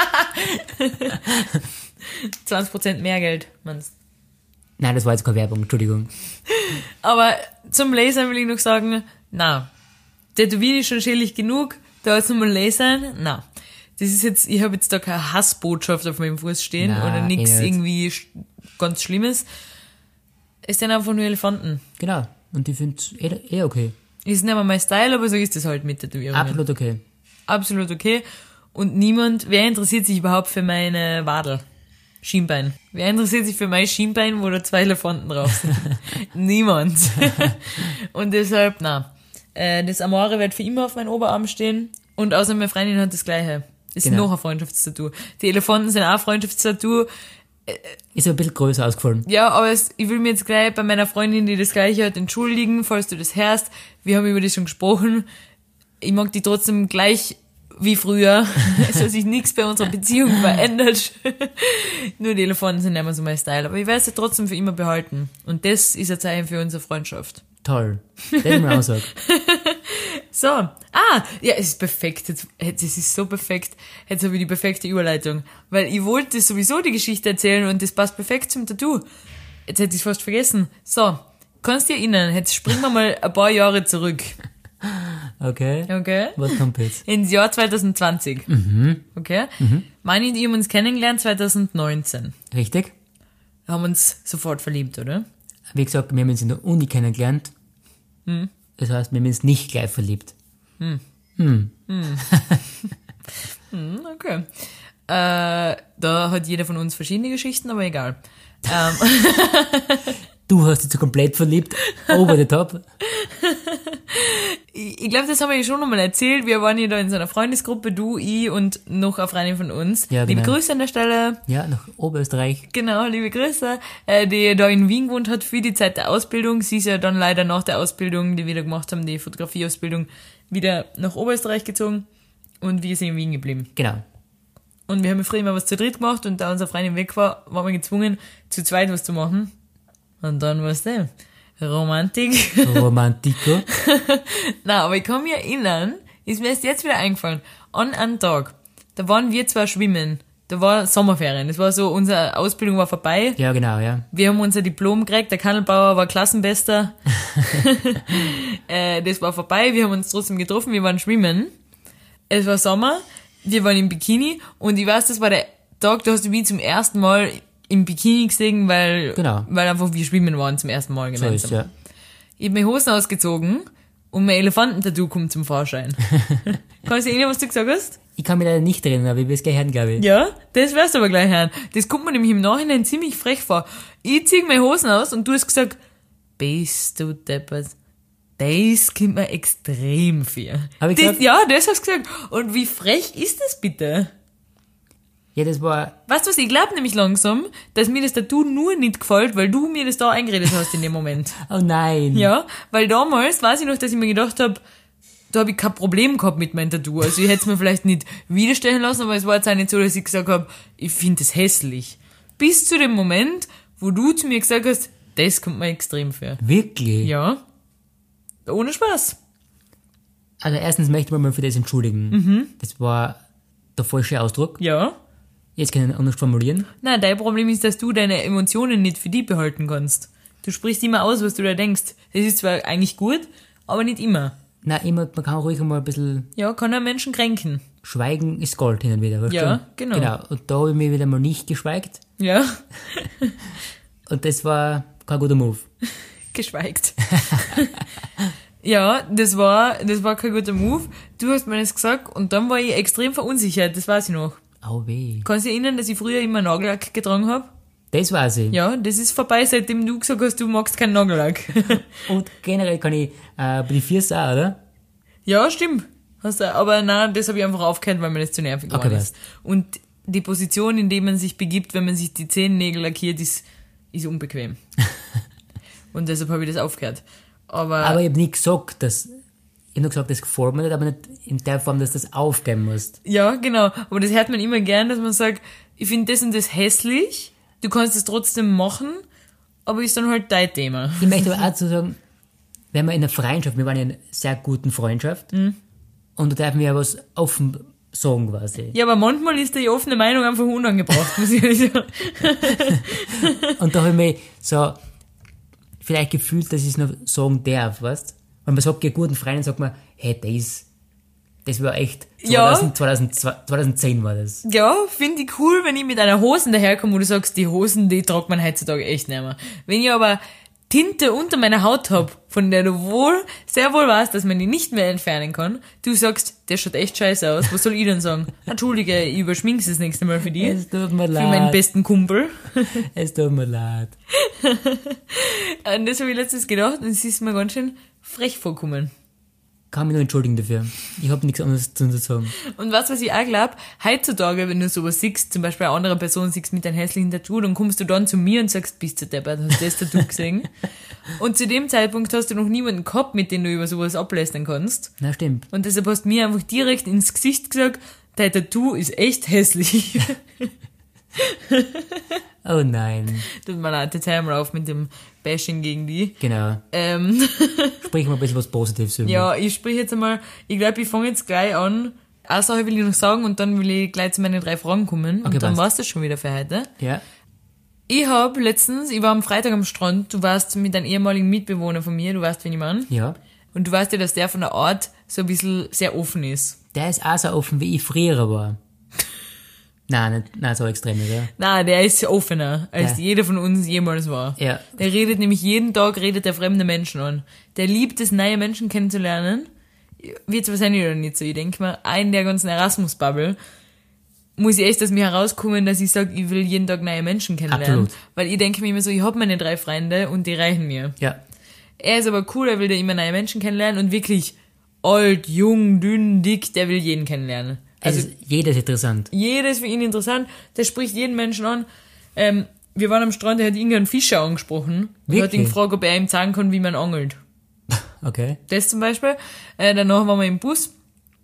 S4: zwanzig Prozent mehr Geld, meinst.
S3: Nein, das war jetzt keine Werbung, Entschuldigung.
S4: Aber zum Lasern will ich noch sagen, na, Tätowieren ist schon schädlich genug, da jetzt nochmal Lasern, na. das ist jetzt, ich habe jetzt da keine Hassbotschaft auf meinem Fuß stehen
S3: Nein,
S4: oder nichts
S3: eh nicht.
S4: irgendwie sch- ganz Schlimmes. Es sind einfach nur Elefanten.
S3: Genau. Und ich finde es eh, eh okay.
S4: Ist nicht mehr mein Style, aber so ist das halt mit Tätowierungen.
S3: Absolut okay.
S4: Absolut okay. Und niemand, wer interessiert sich überhaupt für meine Wadel? Schienbein. Wer interessiert sich für mein Schienbein, wo da zwei Elefanten drauf sind? Niemand. Und deshalb, na. Äh, das Amore wird für immer auf meinem Oberarm stehen. Und außer meine Freundin hat das Gleiche. Das ist
S3: Genau.
S4: noch ein Freundschaftstattoo. Die Elefanten sind auch ein Freundschaftstattoo.
S3: Ist ein bisschen größer ausgefallen.
S4: Ja, aber es, ich will mir jetzt gleich bei meiner Freundin, die das Gleiche hat, entschuldigen, falls du das hörst. Wir haben über das schon gesprochen. Ich mag die trotzdem gleich wie früher. Es hat sich nichts bei unserer Beziehung verändert. Nur die Elefanten sind nicht mehr so mein Style. Aber ich werde sie trotzdem für immer behalten. Und das ist ein Zeichen für unsere Freundschaft.
S3: Toll. Das ist mir auch sagen.
S4: So. Ah, ja, es ist perfekt. Jetzt, jetzt, es ist so perfekt. Jetzt habe ich die perfekte Überleitung. Weil ich wollte sowieso die Geschichte erzählen und das passt perfekt zum Tattoo. Jetzt hätte ich es fast vergessen. So. Kannst du dich erinnern? Jetzt springen wir mal ein paar Jahre zurück.
S3: Okay.
S4: Okay?
S3: Was kommt jetzt?
S4: Ins Jahr zwanzig zwanzig.
S3: Mhm.
S4: Okay? Mhm. Mani und ich haben uns kennengelernt zwanzig neunzehn.
S3: Richtig?
S4: Wir haben uns sofort verliebt, oder?
S3: Wie gesagt, wir haben uns in der Uni kennengelernt.
S4: Hm.
S3: Das heißt, wir haben uns nicht gleich verliebt.
S4: Hm.
S3: Hm.
S4: Hm. hm, okay. Äh, da hat jeder von uns verschiedene Geschichten, aber egal. Ähm.
S3: Du hast dich so komplett verliebt, over the top.
S4: Ich, ich glaube, das haben wir ja schon nochmal erzählt. Wir waren ja da in so einer Freundesgruppe, du, ich und noch eine Freundin von uns.
S3: Ja,
S4: Liebe
S3: genau.
S4: Grüße an der Stelle.
S3: Ja, nach Oberösterreich.
S4: Genau, liebe Grüße, äh, die da in Wien gewohnt hat für die Zeit der Ausbildung. Sie ist ja dann leider nach der Ausbildung, die wir da gemacht haben, die Fotografieausbildung, wieder nach Oberösterreich gezogen und wir sind in Wien geblieben.
S3: Genau.
S4: Und wir haben früher immer was zu dritt gemacht und da unsere Freundin weg war, waren wir gezwungen, zu zweit was zu machen. Und dann war's der Romantik.
S3: Romantico.
S4: Nein, aber ich kann mich erinnern, ist mir erst jetzt wieder eingefallen, an einen Tag, da waren wir zwar schwimmen, da war Sommerferien, das war so, unsere Ausbildung war vorbei.
S3: Ja, genau, ja.
S4: Wir haben unser Diplom gekriegt, der Kannelbauer war Klassenbester. äh, das war vorbei, wir haben uns trotzdem getroffen, wir waren schwimmen. Es war Sommer, wir waren im Bikini und ich weiß, das war der Tag, da hast du mich zum ersten Mal im Bikini gesehen, weil,
S3: Genau.
S4: weil einfach wir schwimmen waren zum ersten Mal
S3: So
S4: gemeinsam.
S3: ist ja.
S4: Ich habe meine Hosen ausgezogen und mein Elefantentattoo kommt zum Vorschein. Kannst du erinnern, was du gesagt hast?
S3: Ich kann mich leider nicht erinnern, aber ich will es gleich hören, glaube ich.
S4: Ja, das wirst du aber gleich hören. Das kommt mir nämlich im Nachhinein ziemlich frech vor. Ich zieh meine Hosen aus und du hast gesagt, bist du deppert. Das kommt mir extrem viel.
S3: Hab ich
S4: das,
S3: gesagt?
S4: ja, das hast du gesagt. Und wie frech ist das bitte?
S3: Ja, das war,
S4: Weißt du was, ich glaube nämlich langsam, dass mir das Tattoo nur nicht gefällt, weil du mir das da eingeredet hast in dem Moment.
S3: oh nein.
S4: Ja, weil damals weiß ich noch, dass ich mir gedacht habe, da habe ich kein Problem gehabt mit meinem Tattoo. Also ich hätte es mir vielleicht nicht widerstellen lassen, aber es war jetzt auch nicht so, dass ich gesagt habe, ich finde das hässlich. Bis zu dem Moment, wo du zu mir gesagt hast, das kommt mir extrem vor.
S3: Wirklich?
S4: Ja. Ohne Spaß.
S3: Also erstens möchte ich mich mal für das entschuldigen.
S4: Mhm.
S3: Das war der falsche Ausdruck.
S4: Ja.
S3: Jetzt kann ich ihn anders formulieren.
S4: Nein, dein Problem ist, dass du deine Emotionen nicht für dich behalten kannst. Du sprichst immer aus, was du da denkst. Das ist zwar eigentlich gut, aber nicht immer.
S3: Nein, immer, man kann ruhig einmal ein bisschen
S4: Ja, kann einen Menschen kränken.
S3: schweigen ist Gold hin und wieder. Weißt
S4: Ja,
S3: du?
S4: genau.
S3: Genau. Und da habe ich mich wieder mal nicht geschweigt.
S4: Ja.
S3: Und das war kein guter Move.
S4: Geschweigt. Ja, das war, das war kein guter Move. Du hast mir das gesagt und dann war ich extrem verunsichert, das weiß ich noch.
S3: Au weh.
S4: Kannst du dich erinnern, dass ich früher immer Nagellack getragen habe?
S3: Das weiß ich.
S4: Ja, das ist vorbei, seitdem du gesagt hast, du magst keinen Nagellack.
S3: Und generell kann ich äh, bei den Füßen auch, oder?
S4: Ja, stimmt. Hast du, aber nein, das habe ich einfach aufgehört, weil mir das zu nervig geworden
S3: Okay,
S4: ist. Und die Position, in die man sich begibt, wenn man sich die Zehennägel lackiert, ist, ist unbequem. Und deshalb habe ich das aufgehört. Aber,
S3: Aber ich habe nie gesagt, dass... Ich habe nur gesagt, das gefällt mir nicht, aber nicht in der Form, dass du das aufgeben musst.
S4: ja, genau. Aber das hört man immer gern, dass man sagt, ich finde das und das hässlich, du kannst es trotzdem machen, aber ist dann halt dein Thema.
S3: Ich möchte aber auch zu sagen, wenn wir in einer Freundschaft, wir waren ja in einer sehr guten Freundschaft,
S4: Mhm.
S3: und da dürfen wir ja was offen sagen quasi.
S4: Ja, aber manchmal ist die offene Meinung einfach unangebracht, muss ich ehrlich sagen.
S3: Und da habe ich mich so vielleicht gefühlt, dass ich es noch sagen darf, weißt? Wenn man sagt, ja, guten Freunden sagt man, hey, der ist, Das war echt,
S4: Ja.
S3: zweitausend, zweitausendzwei, zweitausendzehn war das.
S4: Ja, finde ich cool, wenn ich mit einer Hosen daherkomme, wo du sagst, die Hosen, die tragt man heutzutage echt nicht mehr. Wenn ich aber Tinte unter meiner Haut hab, von der du wohl, sehr wohl weißt, dass man die nicht mehr entfernen kann, du sagst, der schaut echt scheiße aus, was soll ich denn sagen? Entschuldige, ich überschmink's das nächste Mal für dich.
S3: Es tut mir
S4: Für meinen
S3: leid.
S4: besten Kumpel.
S3: Es tut mir leid.
S4: Und das habe ich letztens gedacht und es ist mir ganz schön frech vorgekommen.
S3: Kann mich nur entschuldigen dafür. Ich habe nichts anderes zu sagen.
S4: Und was, was ich auch glaube, heutzutage, wenn du sowas siehst, zum Beispiel eine andere Person siehst mit einem hässlichen Tattoo, dann kommst du dann zu mir und sagst, bist du deppert, hast du das Tattoo gesehen? Und zu dem Zeitpunkt hast du noch niemanden gehabt, mit dem du über sowas ablästern kannst.
S3: Na, stimmt.
S4: Und deshalb hast du mir einfach direkt ins Gesicht gesagt, dein Tattoo ist echt hässlich.
S3: Oh nein.
S4: Tut mir leid, jetzt hör mal auf mit dem Bashing gegen die.
S3: Genau.
S4: Ähm,
S3: Sprich mal ein bisschen was Positives über.
S4: ja, ich sprich jetzt einmal, ich glaube, ich fange jetzt gleich an. Eine Sache will ich noch sagen und dann will ich gleich zu meinen drei Fragen kommen.
S3: Okay,
S4: und dann
S3: passt.
S4: war's das schon wieder für heute.
S3: Ja.
S4: Ich hab letztens, ich war am Freitag am Strand, du warst mit einem ehemaligen Mitbewohner von mir, du weißt, wen ich meine.
S3: Ja.
S4: Und du weißt ja, dass der von der Art so ein bisschen sehr offen ist.
S3: Der ist auch so offen, wie ich früher war. Nein, nicht, nein, so extrem nicht, ja.
S4: Nein, der ist offener, als
S3: Ja.
S4: jeder von uns jemals war.
S3: Ja.
S4: Der redet nämlich jeden Tag, redet der fremde Menschen an. Der liebt es, neue Menschen kennenzulernen. Wird's wahrscheinlich oder nicht so. Ich denke mal, in der ganzen Erasmus-Bubble muss ich echt aus mir herauskommen, dass ich sage, ich will jeden Tag neue Menschen kennenlernen.
S3: Absolut.
S4: Weil ich denke mir immer so, ich hab meine drei Freunde und die reichen mir.
S3: Ja.
S4: Er ist aber cool, er will da immer neue Menschen kennenlernen und wirklich alt, jung, dünn, dick, der will jeden kennenlernen.
S3: Also,
S4: Also
S3: es ist, jeder ist interessant.
S4: jeder ist für ihn interessant, der spricht jeden Menschen an. Ähm, wir waren am Strand, er hat irgendeinen Fischer angesprochen und hat ihn
S3: Wirklich?
S4: gefragt, ob er ihm sagen kann, wie man angelt.
S3: Okay.
S4: Das zum Beispiel. Äh, danach waren wir im Bus.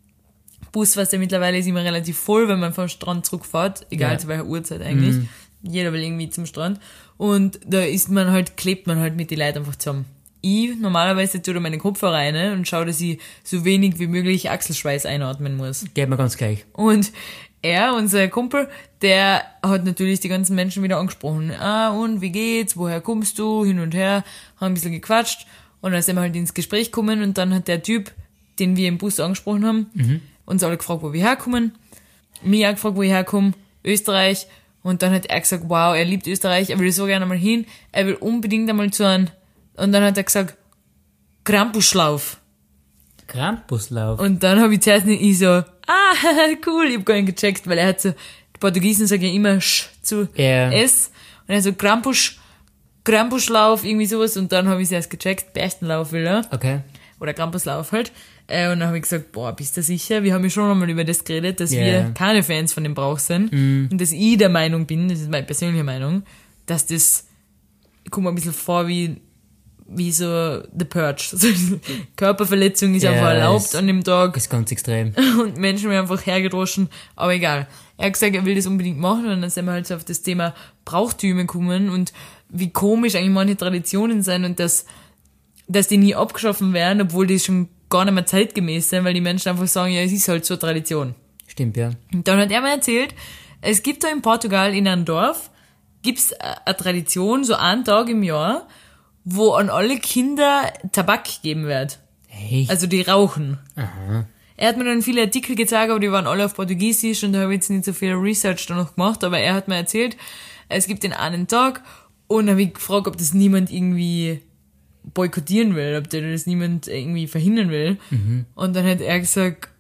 S4: Bus, was ja mittlerweile ist immer relativ voll, wenn man vom Strand zurückfährt, egal
S3: Ja.
S4: zu welcher Uhrzeit eigentlich.
S3: Mhm.
S4: Jeder will irgendwie zum Strand. Und da ist man halt, klebt man halt mit den Leuten einfach zusammen. Ich normalerweise tue da meine Kopfhörer rein und schaue, dass ich so wenig wie möglich Achselschweiß einatmen muss.
S3: Geht mir ganz gleich.
S4: Und er, unser Kumpel, der hat natürlich die ganzen Menschen wieder angesprochen. Ah, und wie geht's? Woher kommst du? Hin und her. Haben ein bisschen gequatscht. Und dann sind wir halt ins Gespräch gekommen und dann hat der Typ, den wir im Bus angesprochen haben,
S3: Mhm.
S4: uns alle gefragt, wo wir herkommen. Mich auch gefragt, wo ich herkomme. Österreich. Und dann hat er gesagt, wow, er liebt Österreich, er will so gerne mal hin. Er will unbedingt einmal zu einem, und dann hat er gesagt, Krampuslauf.
S3: Krampuslauf.
S4: Und dann habe ich zuerst nicht, ich so, ah, cool, ich hab gar nicht gecheckt, weil er hat so, die Portugiesen sagen ja immer Sch zu
S3: Ja.
S4: S. Und er so, Krampusch, Krampuschlauf, irgendwie sowas. Und dann habe ich es erst gecheckt, Berchtenlauf will er.
S3: Okay.
S4: Oder Krampuslauf halt. Äh, und dann habe ich gesagt, boah, bist du sicher? Wir haben ja schon einmal über das geredet, dass
S3: Ja.
S4: wir keine Fans von dem Brauch sind. Und dass ich der Meinung bin, das ist meine persönliche Meinung, dass das, ich komme mir ein bisschen vor wie, wie so The Purge. Also, Körperverletzung ist
S3: Ja,
S4: einfach erlaubt
S3: ist-
S4: an dem Tag.
S3: Ist ganz extrem.
S4: Und Menschen werden einfach hergedroschen, aber egal. Er hat gesagt, er will das unbedingt machen und dann sind wir halt so auf das Thema Brauchtümer gekommen und wie komisch eigentlich manche Traditionen sind und dass, dass die nie abgeschaffen werden, obwohl die schon gar nicht mehr zeitgemäß sind, weil die Menschen einfach sagen, ja, es ist halt so eine Tradition.
S3: Stimmt, ja.
S4: Und dann hat er mir erzählt, es gibt da in Portugal in einem Dorf, gibt's eine Tradition, so einen Tag im Jahr, wo an alle Kinder Tabak gegeben wird.
S3: Echt?
S4: Also die rauchen.
S3: Aha.
S4: Er hat mir dann viele Artikel gezeigt, aber die waren alle auf Portugiesisch und da habe ich jetzt nicht so viel Research da noch gemacht, aber er hat mir erzählt, es gibt den einen Tag und dann habe ich gefragt, ob das niemand irgendwie boykottieren will, ob der das niemand irgendwie verhindern will.
S3: Mhm.
S4: Und dann hat er gesagt,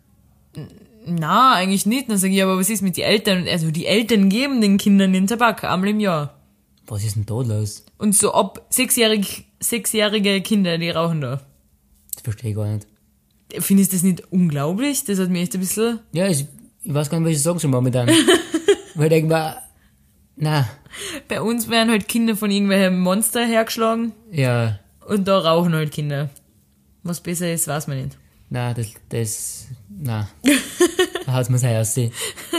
S4: na, eigentlich nicht. Und dann sage ich, aber was ist mit den Eltern? Und er so, die Eltern geben den Kindern den Tabak einmal im Jahr.
S3: Was ist denn da los?
S4: Und so ab sechsjährig, sechsjährige Kinder, die rauchen da.
S3: Das verstehe ich gar nicht.
S4: Findest du das nicht unglaublich? Das hat mich echt ein bisschen...
S3: Ja, ich, ich weiß gar nicht, was ich sagen soll momentan. Weil ich denke mir, na,
S4: Bei uns werden halt Kinder von irgendwelchen Monster hergeschlagen
S3: ja,
S4: und da rauchen halt Kinder. Was besser ist, weiß man nicht.
S3: na, das, das, na. Da haut's mir sein aussehen.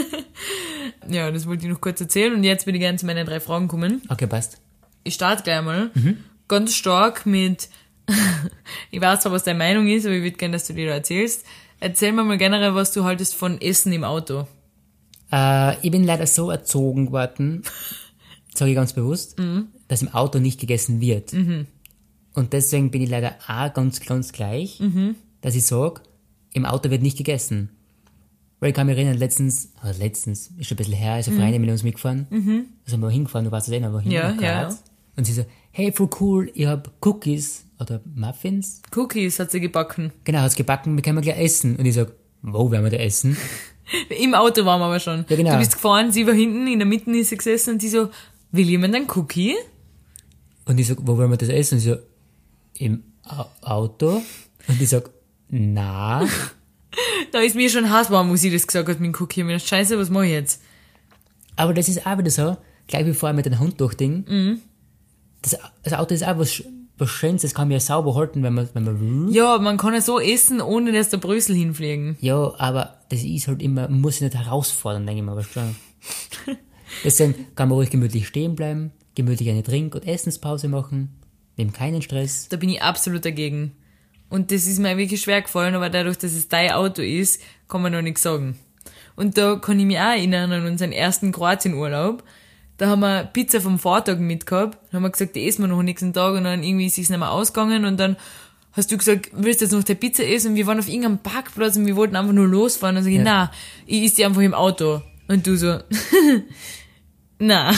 S4: Ja, das wollte ich noch kurz erzählen und jetzt würde ich gerne zu meinen drei Fragen kommen.
S3: Okay, passt.
S4: Ich starte gleich mal ganz stark mit, ich weiß zwar, was deine Meinung ist, aber ich würde gerne, dass du dir da erzählst. Erzähl mir mal generell, was du haltest von Essen im Auto.
S3: Äh, ich bin leider so erzogen worden, sage ich ganz bewusst, dass im Auto nicht gegessen wird. Und deswegen bin ich leider auch ganz, ganz gleich, dass ich sage, im Auto wird nicht gegessen. Weil ich kann mich erinnern, letztens, also letztens, ist schon ein bisschen her, ist eine Freundin mit uns mitgefahren. Mhm. Also sind wir hingefahren, du warst ja eh, wohin,
S4: Ja,
S3: nach
S4: ja.
S3: Graz. Und sie so, hey, voll cool, ich hab Cookies oder Muffins.
S4: Cookies hat sie gebacken.
S3: Genau, hat's gebacken, wir können wir gleich essen. Und ich sag, wo werden wir da essen?
S4: Im Auto waren wir aber schon.
S3: Ja, genau.
S4: Du bist gefahren, sie war hinten, in der Mitte ist sie gesessen und sie so, will jemand einen Cookie?
S3: Und ich sag, wo wollen wir das essen? Und sie so, im Au- Auto. Und ich sag, na.
S4: Da ist mir schon hassbar, wo sie das gesagt hat mit dem Cookie. Ich mir gedacht, scheiße, was mache ich jetzt?
S3: Aber das ist auch wieder so, gleich wie vorher mit dem Hund durchding. Mhm. Das, das Auto ist auch was, was Schönes, das kann man ja sauber halten, wenn man, wenn man will.
S4: Ja, man kann ja so essen, ohne dass der Brösel hinfliegen.
S3: Ja, aber das ist halt immer, man muss sich nicht herausfordern, denke ich mal, weißt du. Deswegen kann man ruhig gemütlich stehen bleiben, gemütlich eine Trink- und Essenspause machen, neben keinen Stress.
S4: Da bin ich absolut dagegen. Und das ist mir wirklich schwer gefallen, aber dadurch, dass es dein Auto ist, kann man noch nichts sagen. Und da kann ich mich auch erinnern an unseren ersten Kroatien-Urlaub. Da haben wir Pizza vom Vortag mitgehabt. Dann haben wir gesagt, die essen wir noch am nächsten Tag und dann irgendwie ist es nicht mehr ausgegangen und dann hast du gesagt, willst du jetzt noch die Pizza essen? Und wir waren auf irgendeinem Parkplatz und wir wollten einfach nur losfahren. Und dann sag ich,
S3: Ja.
S4: na, ich esse die einfach im Auto. Und du so, na.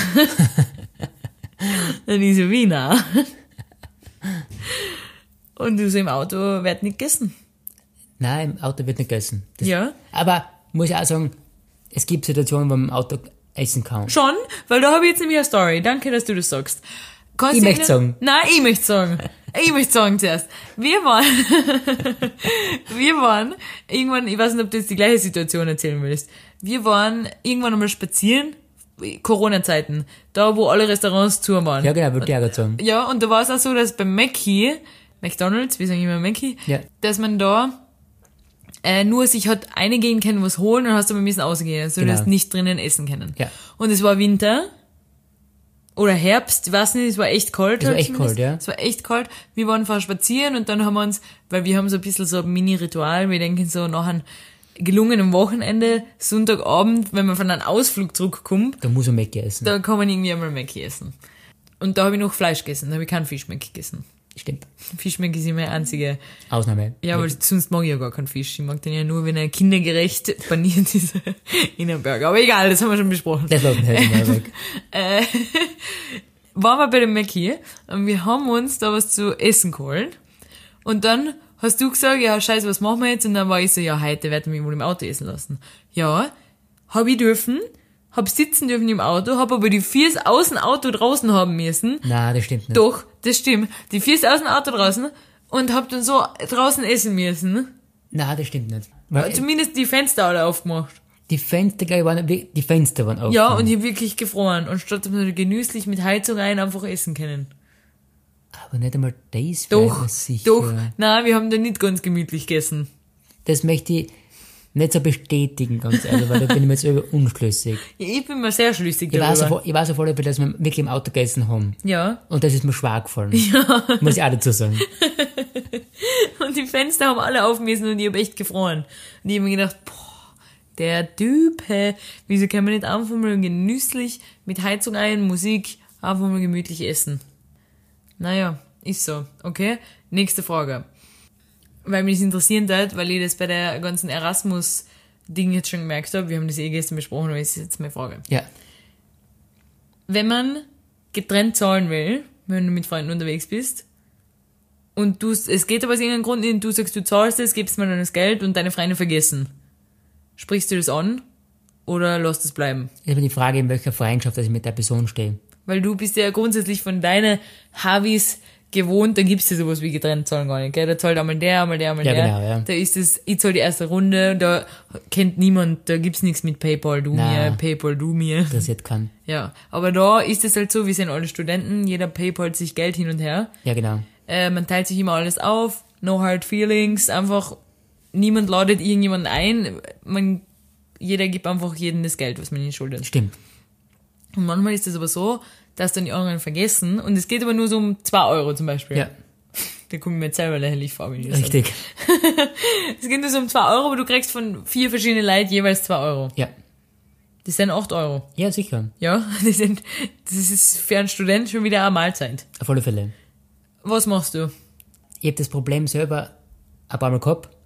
S4: Dann ich so, wie na? Und du so, im Auto wird nicht gegessen.
S3: Nein, im Auto wird nicht gegessen. Das,
S4: Ja.
S3: Aber, muss ich auch sagen, es gibt Situationen, wo man im Auto essen kann.
S4: Schon, weil da habe ich jetzt nämlich eine Story. Danke, dass du das sagst. Kannst
S3: Ich
S4: du
S3: möchte
S4: dich-
S3: sagen.
S4: Nein, ich möchte sagen. Ich möchte sagen zuerst. Wir waren, wir waren irgendwann, ich weiß nicht, ob du jetzt die gleiche Situation erzählen willst. Wir waren irgendwann einmal spazieren, Corona-Zeiten, da wo alle Restaurants zu waren.
S3: Ja, genau, würde ich auch gerade sagen.
S4: Ja, und da war es auch so, dass beim Mackie, McDonald's, wir sagen immer Mackie,
S3: Ja.
S4: dass man da äh, nur sich hat eingehen können, was holen und hast aber müssen ausgehen. Also
S3: Genau.
S4: du hast nicht drinnen essen können.
S3: Ja.
S4: Und es war Winter oder Herbst, ich weiß nicht, es war echt kalt.
S3: Es war
S4: halt
S3: echt
S4: zumindest.
S3: kalt, ja.
S4: Es war echt kalt. Wir waren vorher spazieren und dann haben wir uns, weil wir haben so ein bisschen so ein Mini-Ritual, wir denken so nach einem gelungenen Wochenende, Sonntagabend, wenn man von einem Ausflug zurückkommt,
S3: Da muss man Mackie essen.
S4: da kann man irgendwie einmal Mackie essen. Und da habe ich noch Fleisch gegessen, da habe ich keinen Fischmecki gegessen.
S3: Stimmt.
S4: Fischmecki ist meine einzige.
S3: Ausnahme.
S4: Ja, aber sonst mag ich ja gar keinen Fisch. Ich mag den ja nur, wenn er kindergerecht paniert ist in einem Burger. Aber egal, das haben wir schon besprochen.
S3: Das lassen wir jetzt mal weg.
S4: Äh, waren wir bei dem Mackie und wir haben uns da was zu essen geholt. Und dann hast du gesagt, ja, scheiße, was machen wir jetzt? Und dann war ich so, ja, heute werden wir mich wohl im Auto essen lassen. Ja, hab ich dürfen, hab sitzen dürfen im Auto, hab aber die Viers aus dem Auto draußen haben müssen.
S3: Nein, das stimmt nicht.
S4: Doch, das stimmt. Die Viers aus dem Auto draußen und hab dann so draußen essen müssen.
S3: Nein, das stimmt nicht. Weil
S4: Zumindest die Fenster alle aufgemacht.
S3: die Fenster, glaube ich, waren, die Fenster waren offen.
S4: Ja, und ich hab wirklich gefroren. Und statt dass wir genüsslich mit Heizung rein einfach essen können.
S3: Aber nicht einmal das
S4: Doch,
S3: wäre sicher.
S4: doch. Nein, wir haben da nicht ganz gemütlich gegessen.
S3: Das möchte ich nicht so bestätigen, ganz ehrlich, weil da bin ich mir jetzt über unschlüssig.
S4: Ja, ich bin mir sehr schlüssig
S3: Ich weiß,
S4: darüber.
S3: auf, ich weiß auf alle Fälle, dass wir wirklich im Auto gegessen haben.
S4: Ja.
S3: Und das ist mir schwer gefallen. Ja. Muss ich auch dazu sagen.
S4: Und die Fenster haben alle aufgemessen und ich hab echt gefroren. Und ich hab mir gedacht, boah, der Typ, hä, wieso kann man nicht einfach mal genüsslich mit Heizung ein, Musik, einfach mal gemütlich essen? Naja, ist so. Okay, nächste Frage. Weil mich das interessieren hat, weil ich das bei der ganzen Erasmus-Ding jetzt schon gemerkt habe, wir haben das eh gestern besprochen, aber das ist jetzt meine Frage.
S3: Ja.
S4: Wenn man getrennt zahlen will, wenn du mit Freunden unterwegs bist, und du, es geht aber aus irgendeinem Grund nicht, du sagst, du zahlst es, gibst mir dann das Geld und deine Freunde vergessen. Sprichst du das an oder lässt es bleiben?
S3: Ist aber die Frage, in welcher Freundschaft dass ich mit der Person stehe.
S4: Weil du bist ja grundsätzlich von deinen Hobbys gewohnt, da gibt's ja sowas wie getrennt zahlen gar nicht, gell? Da zahlt einmal der, einmal der, einmal
S3: Ja,
S4: der.
S3: genau, ja.
S4: Da ist es, ich zahl die erste Runde, da kennt niemand, da gibt's nichts mit PayPal, du
S3: Nein.
S4: mir, PayPal, du mir.
S3: Interessiert kann.
S4: Ja, aber da ist es halt so, wir sind alle Studenten, jeder PayPal sich Geld hin und her.
S3: Ja, genau.
S4: Äh, man teilt sich immer alles auf, no hard feelings, einfach niemand ladet irgendjemanden ein, man, jeder gibt einfach jedem das Geld, was man ihnen schuldet.
S3: Stimmt.
S4: Und manchmal ist es aber so, dass dann die anderen vergessen und es geht aber nur so um zwei Euro zum Beispiel.
S3: Ja,
S4: Da komme ich mir jetzt selber lächerlich vor, wenn ich das sage.
S3: richtig.
S4: Es geht nur so um zwei Euro, aber du kriegst von vier verschiedenen Leuten jeweils zwei Euro.
S3: Ja.
S4: Das sind acht Euro.
S3: Ja, sicher.
S4: Ja, das sind, das ist für einen Student schon wieder eine Mahlzeit.
S3: Auf alle Fälle.
S4: Was machst du?
S3: Ich habe das Problem selber ein paar Mal gehabt.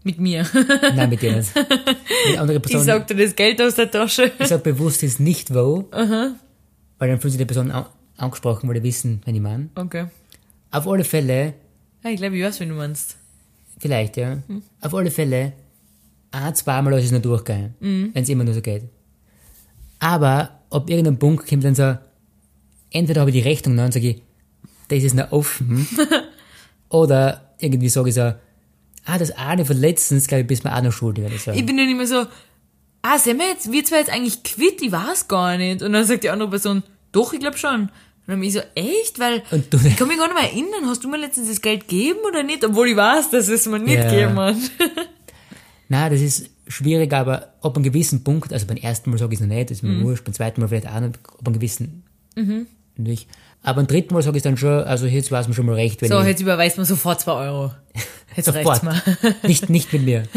S4: Mit mir.
S3: Nein, mit dir nicht. Mit anderen
S4: Ich
S3: Personen.
S4: sag dir das Geld aus der Tasche.
S3: Ich sag bewusst jetzt nicht wo, Aha. weil dann fühlen sich die Personen an, angesprochen, weil die wissen, wenn ich meine.
S4: Okay.
S3: Auf alle Fälle,
S4: Ja, ich glaube, ich weiß, wen du meinst.
S3: vielleicht, ja. Hm. Auf alle Fälle, ein, zweimal lasse ich es noch durchgehen, mhm. wenn es immer nur so geht. Aber ab irgendeinem Punkt kommt dann so, entweder habe ich die Rechnung noch und sage ich, das ist noch offen, oder irgendwie sage ich so, ah, das eine von letztens, glaube ich, bist mir auch noch schuldig oder so.
S4: Ich bin dann immer so, ah, sind wir jetzt, wir zwei jetzt eigentlich quitt? Ich weiß gar nicht. Und dann sagt die andere Person, doch, ich glaube schon. Und dann bin ich so, echt? Weil,
S3: Und du,
S4: ich kann mich gar nicht mehr erinnern, hast du mir letztens das Geld gegeben oder nicht? Obwohl ich weiß, dass es mir nicht ja. gegeben hat.
S3: Nein, das ist schwierig, aber ab einem gewissen Punkt, also beim ersten Mal sage ich es noch nicht, das ist mir mhm. wurscht, beim zweiten Mal vielleicht auch nicht, ab einem gewissen, mhm. natürlich. Aber beim dritten Mal sage ich dann schon, also jetzt weiß man schon mal recht, wenn
S4: so,
S3: ich...
S4: jetzt überweist man sofort zwei Euro. Jetzt reicht's mal.
S3: nicht, nicht mit mir.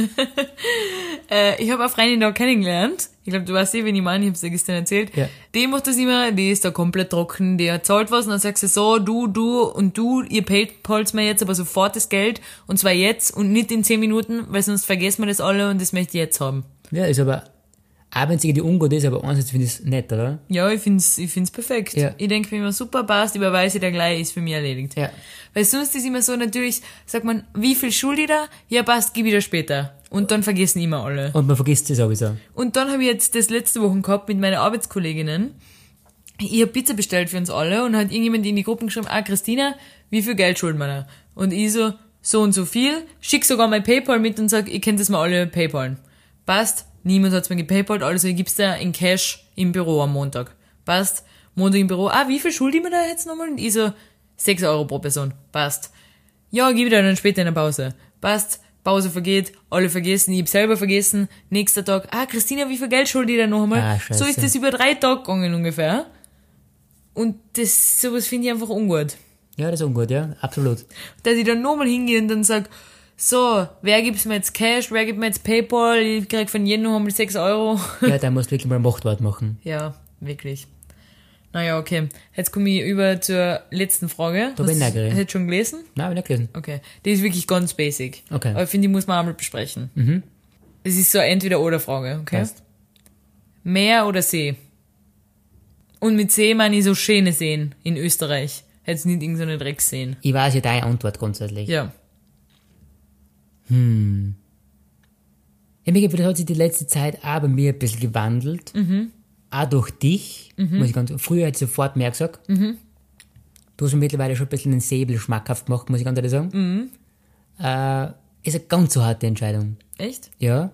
S4: äh, ich habe eine Freundin da kennengelernt. Ich glaube, du weißt eh, wen ich meine, ich hab's dir gestern erzählt. Ja. Die macht das immer, die ist da komplett trocken, die erzählt was und dann sagst du so, du, du und du, ihr paypalt mir jetzt aber sofort das Geld und zwar jetzt und nicht in zehn Minuten, weil sonst vergessen wir das alle und das möchte ich jetzt haben.
S3: Ja, ist aber, auch wenn es irgendwie ungut ist, aber einerseits finde ich es nett, oder?
S4: Ja, ich find's, ich find's perfekt. Ja. Ich denke, wenn man super passt, überweise der gleich, ist für mich erledigt.
S3: Ja.
S4: Weil sonst ist immer so, natürlich, sagt man, wie viel schuld ich da? Ja, passt, gib ich dir später. Und dann vergessen immer alle.
S3: Und man vergisst es sowieso.
S4: Und dann habe ich jetzt das letzte Woche gehabt mit meinen Arbeitskolleginnen. Ich habe Pizza bestellt für uns alle und hat irgendjemand in die Gruppen geschrieben, ah, Christina, wie viel Geld schulden wir da? Und ich so, so und so viel, schick sogar mein PayPal mit und sag, ihr könnt das mal alle PayPalen. Passt, niemand hat's mir gepaypalt, also ich gib's da in Cash im Büro am Montag. Passt, Montag im Büro, ah, wie viel schulde ich mir da jetzt nochmal? Und ich so, sechs Euro pro Person. Passt. Ja, gib ich dir dann später in der Pause. Passt. Pause vergeht, alle vergessen, ich hab selber vergessen, nächster Tag, ah, Christina, wie viel Geld schulde ich dir noch einmal? Ah, so ist das über drei Tage gegangen ungefähr. Und das, sowas finde ich einfach ungut.
S3: Ja, das ist ungut, ja, absolut.
S4: Dass ich dann nochmal hingehe und dann sag, so, wer gibt's mir jetzt Cash, wer gibt mir jetzt PayPal, ich krieg von jedem noch einmal sechs Euro.
S3: Ja, da musst du wirklich mal ein Machtwort machen.
S4: Ja, wirklich. Naja, okay. Jetzt komme ich über zur letzten Frage.
S3: Da bin ich neugierig.
S4: Hast du schon gelesen?
S3: Nein, hab ich nicht gelesen.
S4: Okay. Die ist wirklich ganz basic.
S3: Okay.
S4: Aber ich finde, die muss man einmal besprechen. Mhm. Es ist so eine Entweder-Oder-Frage, okay? Passt. Meer oder See? Und mit See meine ich so schöne Seen in Österreich. Jetzt nicht irgendeine Dreckseen.
S3: Ich weiß ja deine Antwort grundsätzlich.
S4: Ja.
S3: Hm. Ich habe das hat sich die letzte Zeit auch bei mir ein bisschen gewandelt. Mhm. Auch durch dich, mhm. muss ich ganz, früher hätte ich sofort mehr gesagt. Mhm. Du hast mir mittlerweile schon ein bisschen den Säbel schmackhaft gemacht, muss ich ganz ehrlich sagen. Mhm. Äh, ist eine ganz so harte Entscheidung.
S4: Echt?
S3: Ja.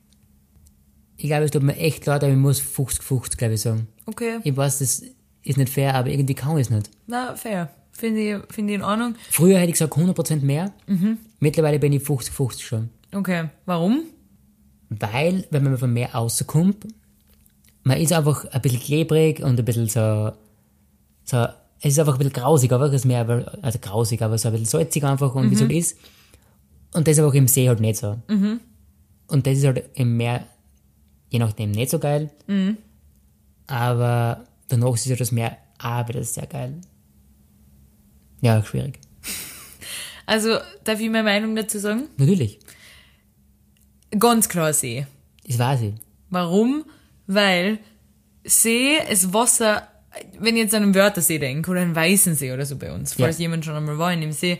S3: Ich glaube, es tut mir echt leid, aber ich muss fünfzig fünfzig, glaube ich, sagen.
S4: Okay.
S3: Ich weiß, das ist nicht fair, aber irgendwie kann ich es nicht.
S4: Na, fair. Finde ich, finde ich in Ordnung.
S3: Früher hätte ich gesagt hundert Prozent mehr. Mhm. Mittlerweile bin ich fünfzig fünfzig schon.
S4: Okay. Warum?
S3: Weil, wenn man von Meer rauskommt, man ist einfach ein bisschen klebrig und ein bisschen so, so, es ist einfach ein bisschen grausig, aber das Meer, also grausig, aber so ein bisschen salzig einfach und mhm. wie es halt ist. Und das ist aber auch im See halt nicht so. Mhm. Und das ist halt im Meer, je nachdem, nicht so geil. Mhm. Aber danach ist ja das Meer auch wieder sehr geil. Ja, schwierig.
S4: Also, darf ich meine Meinung dazu sagen?
S3: Natürlich.
S4: Ganz klar See.
S3: Das weiß ich.
S4: Warum? Weil See, das Wasser, wenn ich jetzt an einen Wörthersee denke, oder einen Weißensee oder so bei uns, falls ja. jemand schon einmal war in dem See,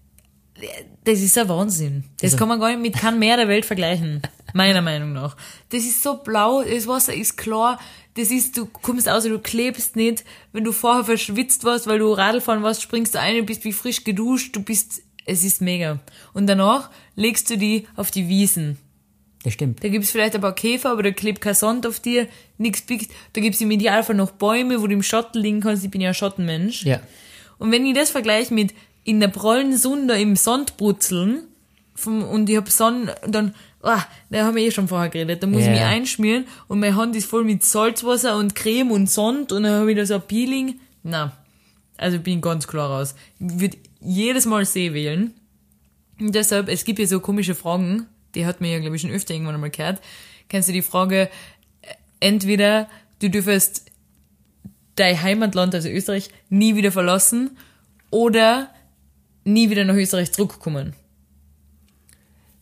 S4: das ist ein Wahnsinn. Das also, kann man gar nicht mit keinem Meer der Welt vergleichen. Meiner Meinung nach. Das ist so blau, das Wasser ist klar, das ist, du kommst aus, du klebst nicht, wenn du vorher verschwitzt warst, weil du Radlfahren warst, springst du ein, du bist wie frisch geduscht, du bist, es ist mega. Und danach legst du die auf die Wiesen.
S3: Das stimmt.
S4: Da gibt's vielleicht ein paar Käfer, aber da klebt kein Sand auf dir, nichts biegt. Da gibt's im Idealfall noch Bäume, wo du im Schatten liegen kannst. Ich bin ja ein Schattenmensch.
S3: Ja.
S4: Und wenn ich das vergleiche mit in der prallen Sonne da im Sand brutzeln, vom, und ich hab Sonne, dann, ah, da haben wir eh schon vorher geredet, da muss yeah. ich mich einschmieren und meine Hand ist voll mit Salzwasser und Creme und Sand und dann habe ich da so ein Peeling. Na, also ich bin ganz klar raus. Ich würde jedes Mal See wählen. Und deshalb, es gibt ja so komische Fragen, die hat mir ja, glaube ich, schon öfter irgendwann einmal gehört. Kennst du die Frage, entweder du dürfest dein Heimatland, also Österreich, nie wieder verlassen oder nie wieder nach Österreich zurückkommen?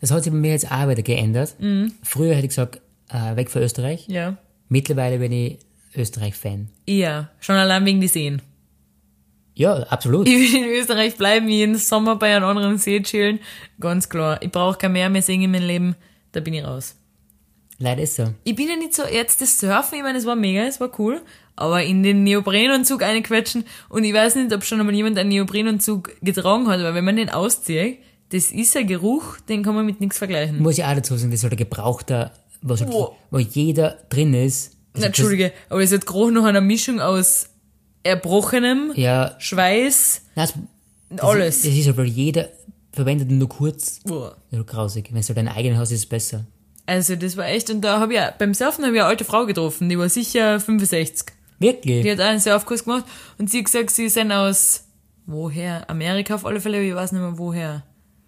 S3: Das hat sich bei mir jetzt auch wieder geändert.
S4: Mhm.
S3: Früher hätte ich gesagt, äh, weg von Österreich.
S4: Ja.
S3: Mittlerweile bin ich Österreich-Fan.
S4: Eher. Schon allein wegen die Seen.
S3: Ja, absolut.
S4: Ich will in Österreich bleiben, jeden Sommer bei einem anderen See chillen. Ganz klar. Ich brauche kein Meer mehr sehen in meinem Leben. Da bin ich raus.
S3: Leider ist so.
S4: Ich bin ja nicht so, jetzt das Surfen, ich meine, es war mega, es war cool. Aber in den Neoprenanzug einquetschen und ich weiß nicht, ob schon einmal jemand einen Neoprenanzug getragen hat, aber wenn man den auszieht, das ist ein Geruch, den kann man mit nichts vergleichen.
S3: Muss ich auch dazu sagen, das ist halt ein gebrauchter, was halt,
S4: Oh.
S3: wo jeder drin ist.
S4: Na, Entschuldige, aber es hat gerade noch eine Mischung aus Erbrochenem,
S3: Ja,
S4: Schweiß,
S3: nein, das,
S4: alles.
S3: Das ist halt, weil jeder verwendet ihn nur kurz.
S4: Boah.
S3: Ja, grausig. Wenn du deinen eigenen hast, ist es besser.
S4: Also das war echt, und da habe ich auch, beim Surfen habe ich eine alte Frau getroffen, die war sicher fünfundsechzig.
S3: Wirklich?
S4: Die hat auch einen Surfkurs gemacht und sie hat gesagt, sie sind aus, woher? Amerika auf alle Fälle, ich weiß nicht mehr woher.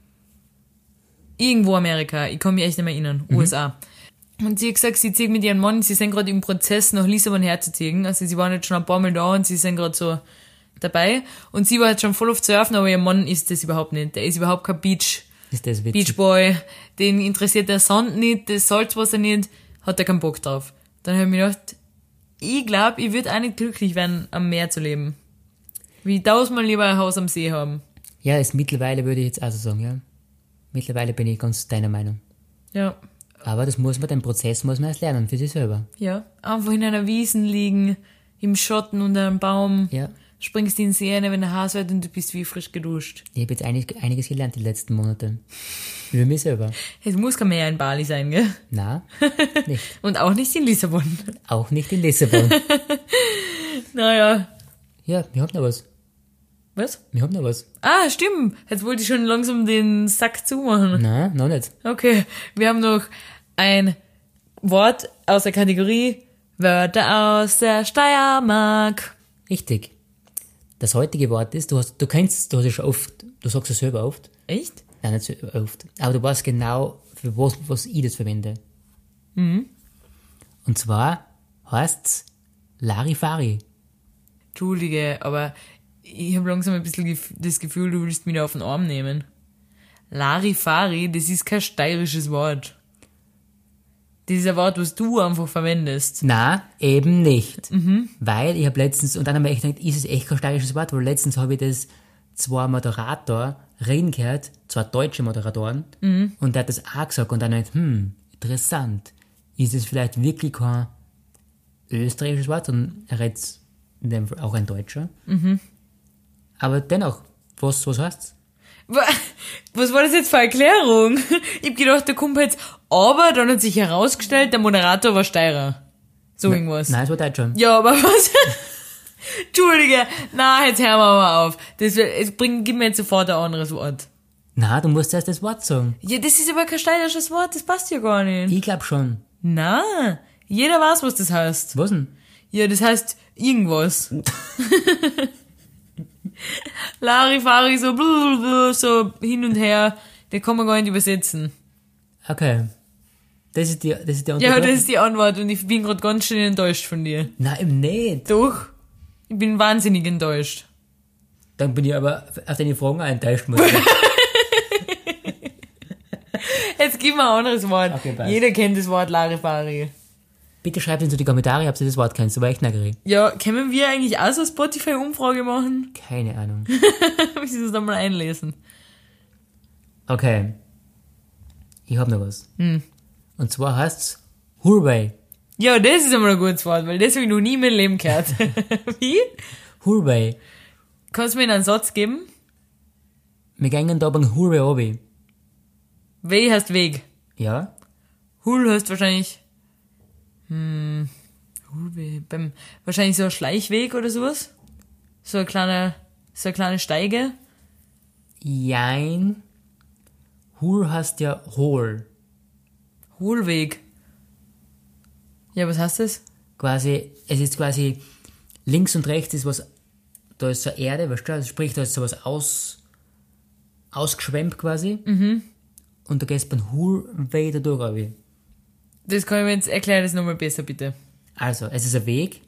S4: Irgendwo Amerika, ich kann mich echt nicht mehr erinnern, U S A. Und sie hat gesagt, sie zieht mit ihrem Mann, sie sind gerade im Prozess, nach Lissabon herzuziehen. Also sie waren jetzt schon ein paar Mal da und sie sind gerade so dabei. Und sie war jetzt schon voll auf Surfen, aber ihr Mann ist das überhaupt nicht. Der ist überhaupt kein Beach,
S3: Ist das witzig?
S4: Beachboy. Den interessiert der Sand nicht, das Salzwasser nicht, hat er keinen Bock drauf. Dann habe ich mir gedacht, ich glaube, ich würde auch nicht glücklich werden, am Meer zu leben. Wie tausendmal lieber ein Haus am See haben.
S3: Ja, ist mittlerweile, würde ich jetzt also sagen, ja. Mittlerweile bin ich ganz deiner Meinung.
S4: Ja.
S3: Aber das muss man, den Prozess muss man erst lernen für sich selber.
S4: Ja. Einfach in einer Wiesen liegen, im Schatten unter einem Baum,
S3: Ja.
S4: springst in den See rein, wenn der Haus wird und du bist wie frisch geduscht.
S3: Ich habe jetzt einig, einiges gelernt die letzten Monate. Über mich selber.
S4: Es muss kein Meer in Bali sein, gell?
S3: Na, nicht.
S4: Und auch nicht in Lissabon.
S3: Auch nicht in Lissabon.
S4: Naja.
S3: Ja, wir haben noch was.
S4: Was?
S3: Wir haben noch was.
S4: Ah, stimmt. Jetzt wollte ich schon langsam den Sack zumachen.
S3: Na, noch nicht.
S4: Okay. Wir haben noch ein Wort aus der Kategorie Wörter aus der Steiermark.
S3: Richtig. Das heutige Wort ist, du hast, du kennst, du hast es schon oft, du sagst es selber oft.
S4: Echt?
S3: Nein, nicht so oft. Aber du weißt genau, für was, was ich das verwende. Mhm. Und zwar heißt's Larifari.
S4: Entschuldige, aber ich habe langsam ein bisschen gef- das Gefühl, du willst mich da auf den Arm nehmen. Larifari, das ist kein steirisches Wort. Das ist ein Wort, was du einfach verwendest.
S3: Na, eben nicht. Weil ich habe letztens, und dann habe ich echt gedacht, ist es echt kein steirisches Wort, weil letztens habe ich das zwei Moderator reden gehört, zwei deutsche Moderatoren, und der hat das auch gesagt, und dann habe ich gedacht, hm, interessant. Ist es vielleicht wirklich kein österreichisches Wort, sondern er redet in dem Fall auch ein Deutscher. Aber dennoch, was, was heißt's?
S4: Wa- Was war das jetzt für eine Erklärung? Ich hab gedacht, da kommt jetzt, aber dann hat sich herausgestellt, der Moderator war Steirer. So irgendwas.
S3: Nein, es war Deutscher.
S4: Ja, aber was? Entschuldige, na, jetzt hören wir mal auf. Das, es bringt, gib mir jetzt sofort ein anderes Wort.
S3: Na, du musst erst das Wort sagen.
S4: Ja, das ist aber kein steirisches Wort, das passt ja gar nicht.
S3: Ich glaub schon.
S4: Na, jeder weiß, was das heißt.
S3: Was denn?
S4: Ja, das heißt irgendwas. Larifari, so, blablabla, so hin und her, den kann man gar nicht übersetzen.
S3: Okay. Das ist die, das ist die Antwort.
S4: Ja, das ist die Antwort und ich bin gerade ganz schön enttäuscht von dir.
S3: Nein, eben nicht.
S4: Doch, ich bin wahnsinnig enttäuscht.
S3: Dann bin ich aber auf deine Fragen auch enttäuscht. Muss ich sagen.
S4: Jetzt gib mir ein anderes Wort.
S3: Okay, passt.
S4: Jeder kennt das Wort Larifari.
S3: Bitte schreibt in die Kommentare, ob ihr das Wort kennt. So war echt neugierig.
S4: Ja, können wir eigentlich auch so eine Spotify-Umfrage machen?
S3: Keine Ahnung.
S4: Muss ich das dann mal einlesen?
S3: Okay. Ich hab noch was.
S4: Hm.
S3: Und zwar heißt's Huawei.
S4: Ja, das ist einmal ein gutes Wort, weil das habe ich noch nie in meinem Leben gehört. Wie?
S3: Huawei.
S4: Kannst du mir einen Satz geben?
S3: Wir gehen da beim Huawei runter.
S4: Weg heißt Weg.
S3: Ja?
S4: Hul heißt wahrscheinlich, hm, Hulweg, beim, wahrscheinlich so ein Schleichweg oder sowas. So eine kleine, so eine kleine Steige.
S3: Jein. Hul heißt ja hohl.
S4: Hohlweg. Ja, was heißt das?
S3: Quasi, es ist quasi links und rechts ist was, da ist so Erde, weißt du, also sprich, da ist sowas aus, ausgeschwemmt quasi. Mhm. Und da gehst du beim Huawei da durch runter.
S4: Das kann ich mir jetzt, erklär das nochmal besser, bitte.
S3: Also, es ist ein Weg,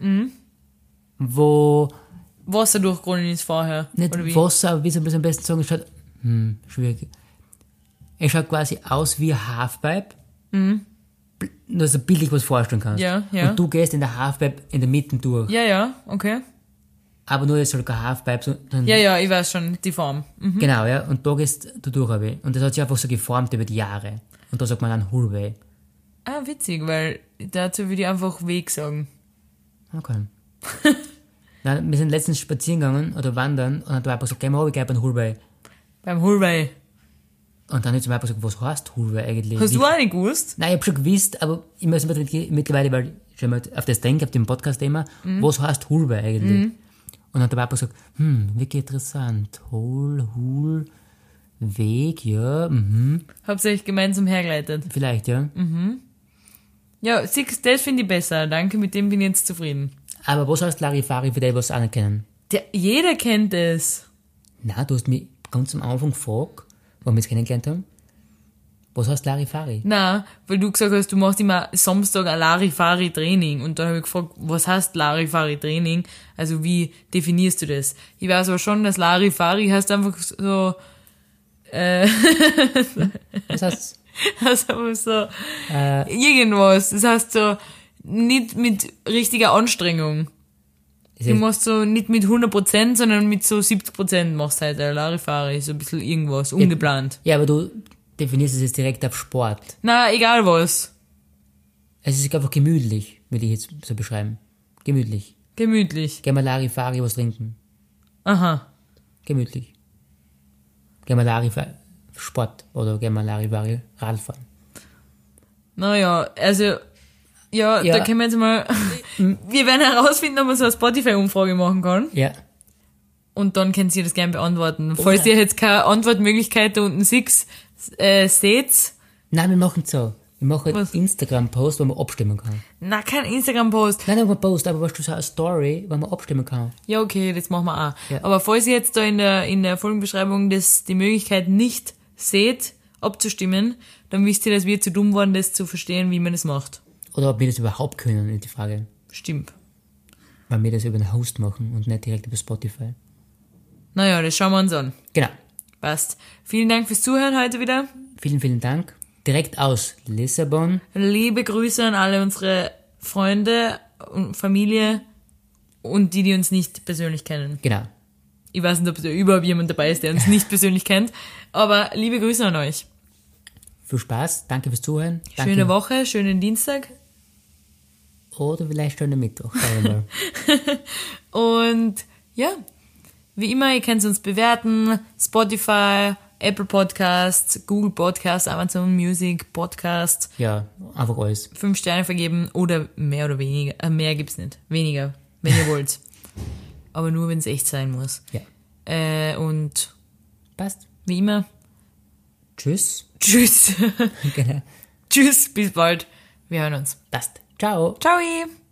S3: wo
S4: Wasser durchgeronnen ist vorher.
S3: nicht
S4: oder wie?
S3: Wasser, aber wie soll man es am besten sagen, es schaut, hm, schwierig. Es schaut quasi aus wie ein Halfpipe. Mhm. Nur so bildlich was vorstellen kannst.
S4: Ja, ja.
S3: Und du gehst in der Halfpipe in der Mitte durch.
S4: Ja, ja, okay.
S3: Aber nur jetzt halt kein Halfpipe. Sondern
S4: Ja, ja, ich weiß schon, die Form. Mhm.
S3: Genau, ja. Und da gehst du durch. Und das hat sich einfach so geformt über die Jahre. Und da sagt man dann Hullway.
S4: Ah, witzig, weil dazu würde ich einfach Weg sagen.
S3: Okay. Nein, wir sind letztens spazieren gegangen oder wandern und dann war einfach so, gehen wir runter, gehen beim Hullway.
S4: Beim Hullway.
S3: Und dann hat sie mir einfach gesagt, was heißt Hullway eigentlich?
S4: Hast
S3: Wie-
S4: du auch nicht gewusst?
S3: Nein, ich hab schon gewusst, aber ich muss mit- mittlerweile, weil ich schon mal auf das denke, auf dem Podcast-Thema,
S4: Mhm.
S3: was heißt Hullway eigentlich? Mhm. Und dann hat der Papa gesagt, hm, wirklich interessant. Hol, Hul, Weg, ja, mhm,
S4: Hauptsächlich gemeinsam hergeleitet.
S3: vielleicht, ja.
S4: Ja, siehst, das finde ich besser. Danke, mit dem bin ich jetzt zufrieden.
S3: Aber was heißt Larifari für die, was auch nicht kennen?
S4: Der, jeder kennt es.
S3: Na, du hast mich ganz am Anfang gefragt, warum wir es kennengelernt haben. Was heißt Larifari?
S4: Na, weil du gesagt hast, du machst immer Samstag ein Larifari-Training. Und da habe ich gefragt, was heißt Larifari-Training? Also wie definierst du das? Ich weiß aber schon, dass Larifari heißt einfach so,
S3: Was heißt
S4: also einfach so,
S3: äh,
S4: irgendwas. Das heißt so, nicht mit richtiger Anstrengung.
S3: ist
S4: Du
S3: es-
S4: machst so nicht mit hundert Prozent, sondern mit so siebzig Prozent machst halt ein Larifari, so ein bisschen irgendwas, ungeplant.
S3: Ja, aber du definierst es jetzt direkt auf Sport.
S4: Na, egal was.
S3: Es ist einfach gemütlich, würde ich jetzt so beschreiben. Gemütlich.
S4: Gemütlich.
S3: Gehen wir Larifari was trinken.
S4: Aha.
S3: Gemütlich. Gehen wir Larifari Sport oder gehen wir Larifari Radfahren.
S4: Naja, also, ja,
S3: Ja.
S4: da können wir jetzt mal, wir werden herausfinden, ob man so eine Spotify-Umfrage machen kann.
S3: Ja.
S4: Und dann könnt ihr das gerne beantworten. Falls ihr jetzt keine Antwortmöglichkeit da unten six, äh, seht,
S3: Nein, wir machen es so. Wir machen
S4: Was?
S3: einen Instagram-Post, wo man abstimmen kann.
S4: na, kein Instagram-Post.
S3: Nein, nicht ein Post, aber weißt du, so eine Story, wo man abstimmen kann.
S4: Ja, okay, das machen wir auch.
S3: Ja.
S4: Aber falls ihr jetzt da in der, in der Folgenbeschreibung das, die Möglichkeit nicht seht, abzustimmen, dann wisst ihr, dass wir zu dumm waren, das zu verstehen, wie man das macht.
S3: Oder ob wir das überhaupt können, ist die Frage.
S4: Stimmt.
S3: Weil wir das über den Host machen und nicht direkt über Spotify.
S4: Naja, das schauen wir uns an.
S3: Genau.
S4: Passt. Vielen Dank fürs Zuhören heute wieder.
S3: Vielen, vielen Dank. Direkt aus Lissabon.
S4: Liebe Grüße an alle unsere Freunde und Familie und die, die uns nicht persönlich kennen.
S3: Genau.
S4: Ich weiß nicht, ob da überhaupt jemand dabei ist, der uns nicht persönlich kennt, aber liebe Grüße an euch.
S3: Viel Spaß. Danke fürs Zuhören. Danke.
S4: Schöne Woche, schönen Dienstag
S3: Oder vielleicht schönen Mittwoch. Schauen wir mal.
S4: und ja, wie immer, ihr könnt uns bewerten, Spotify, Apple Podcasts, Google Podcasts, Amazon Music, Podcasts,
S3: Ja, einfach alles.
S4: fünf Sterne vergeben oder mehr oder weniger, äh, mehr gibt's nicht, weniger, wenn ihr wollt. Aber nur, wenn es echt sein muss.
S3: Ja.
S4: Äh, und
S3: Passt.
S4: wie immer,
S3: Tschüss.
S4: tschüss.
S3: Genau.
S4: Tschüss, bis bald. Wir hören uns.
S3: Passt. Ciao.
S4: Ciao.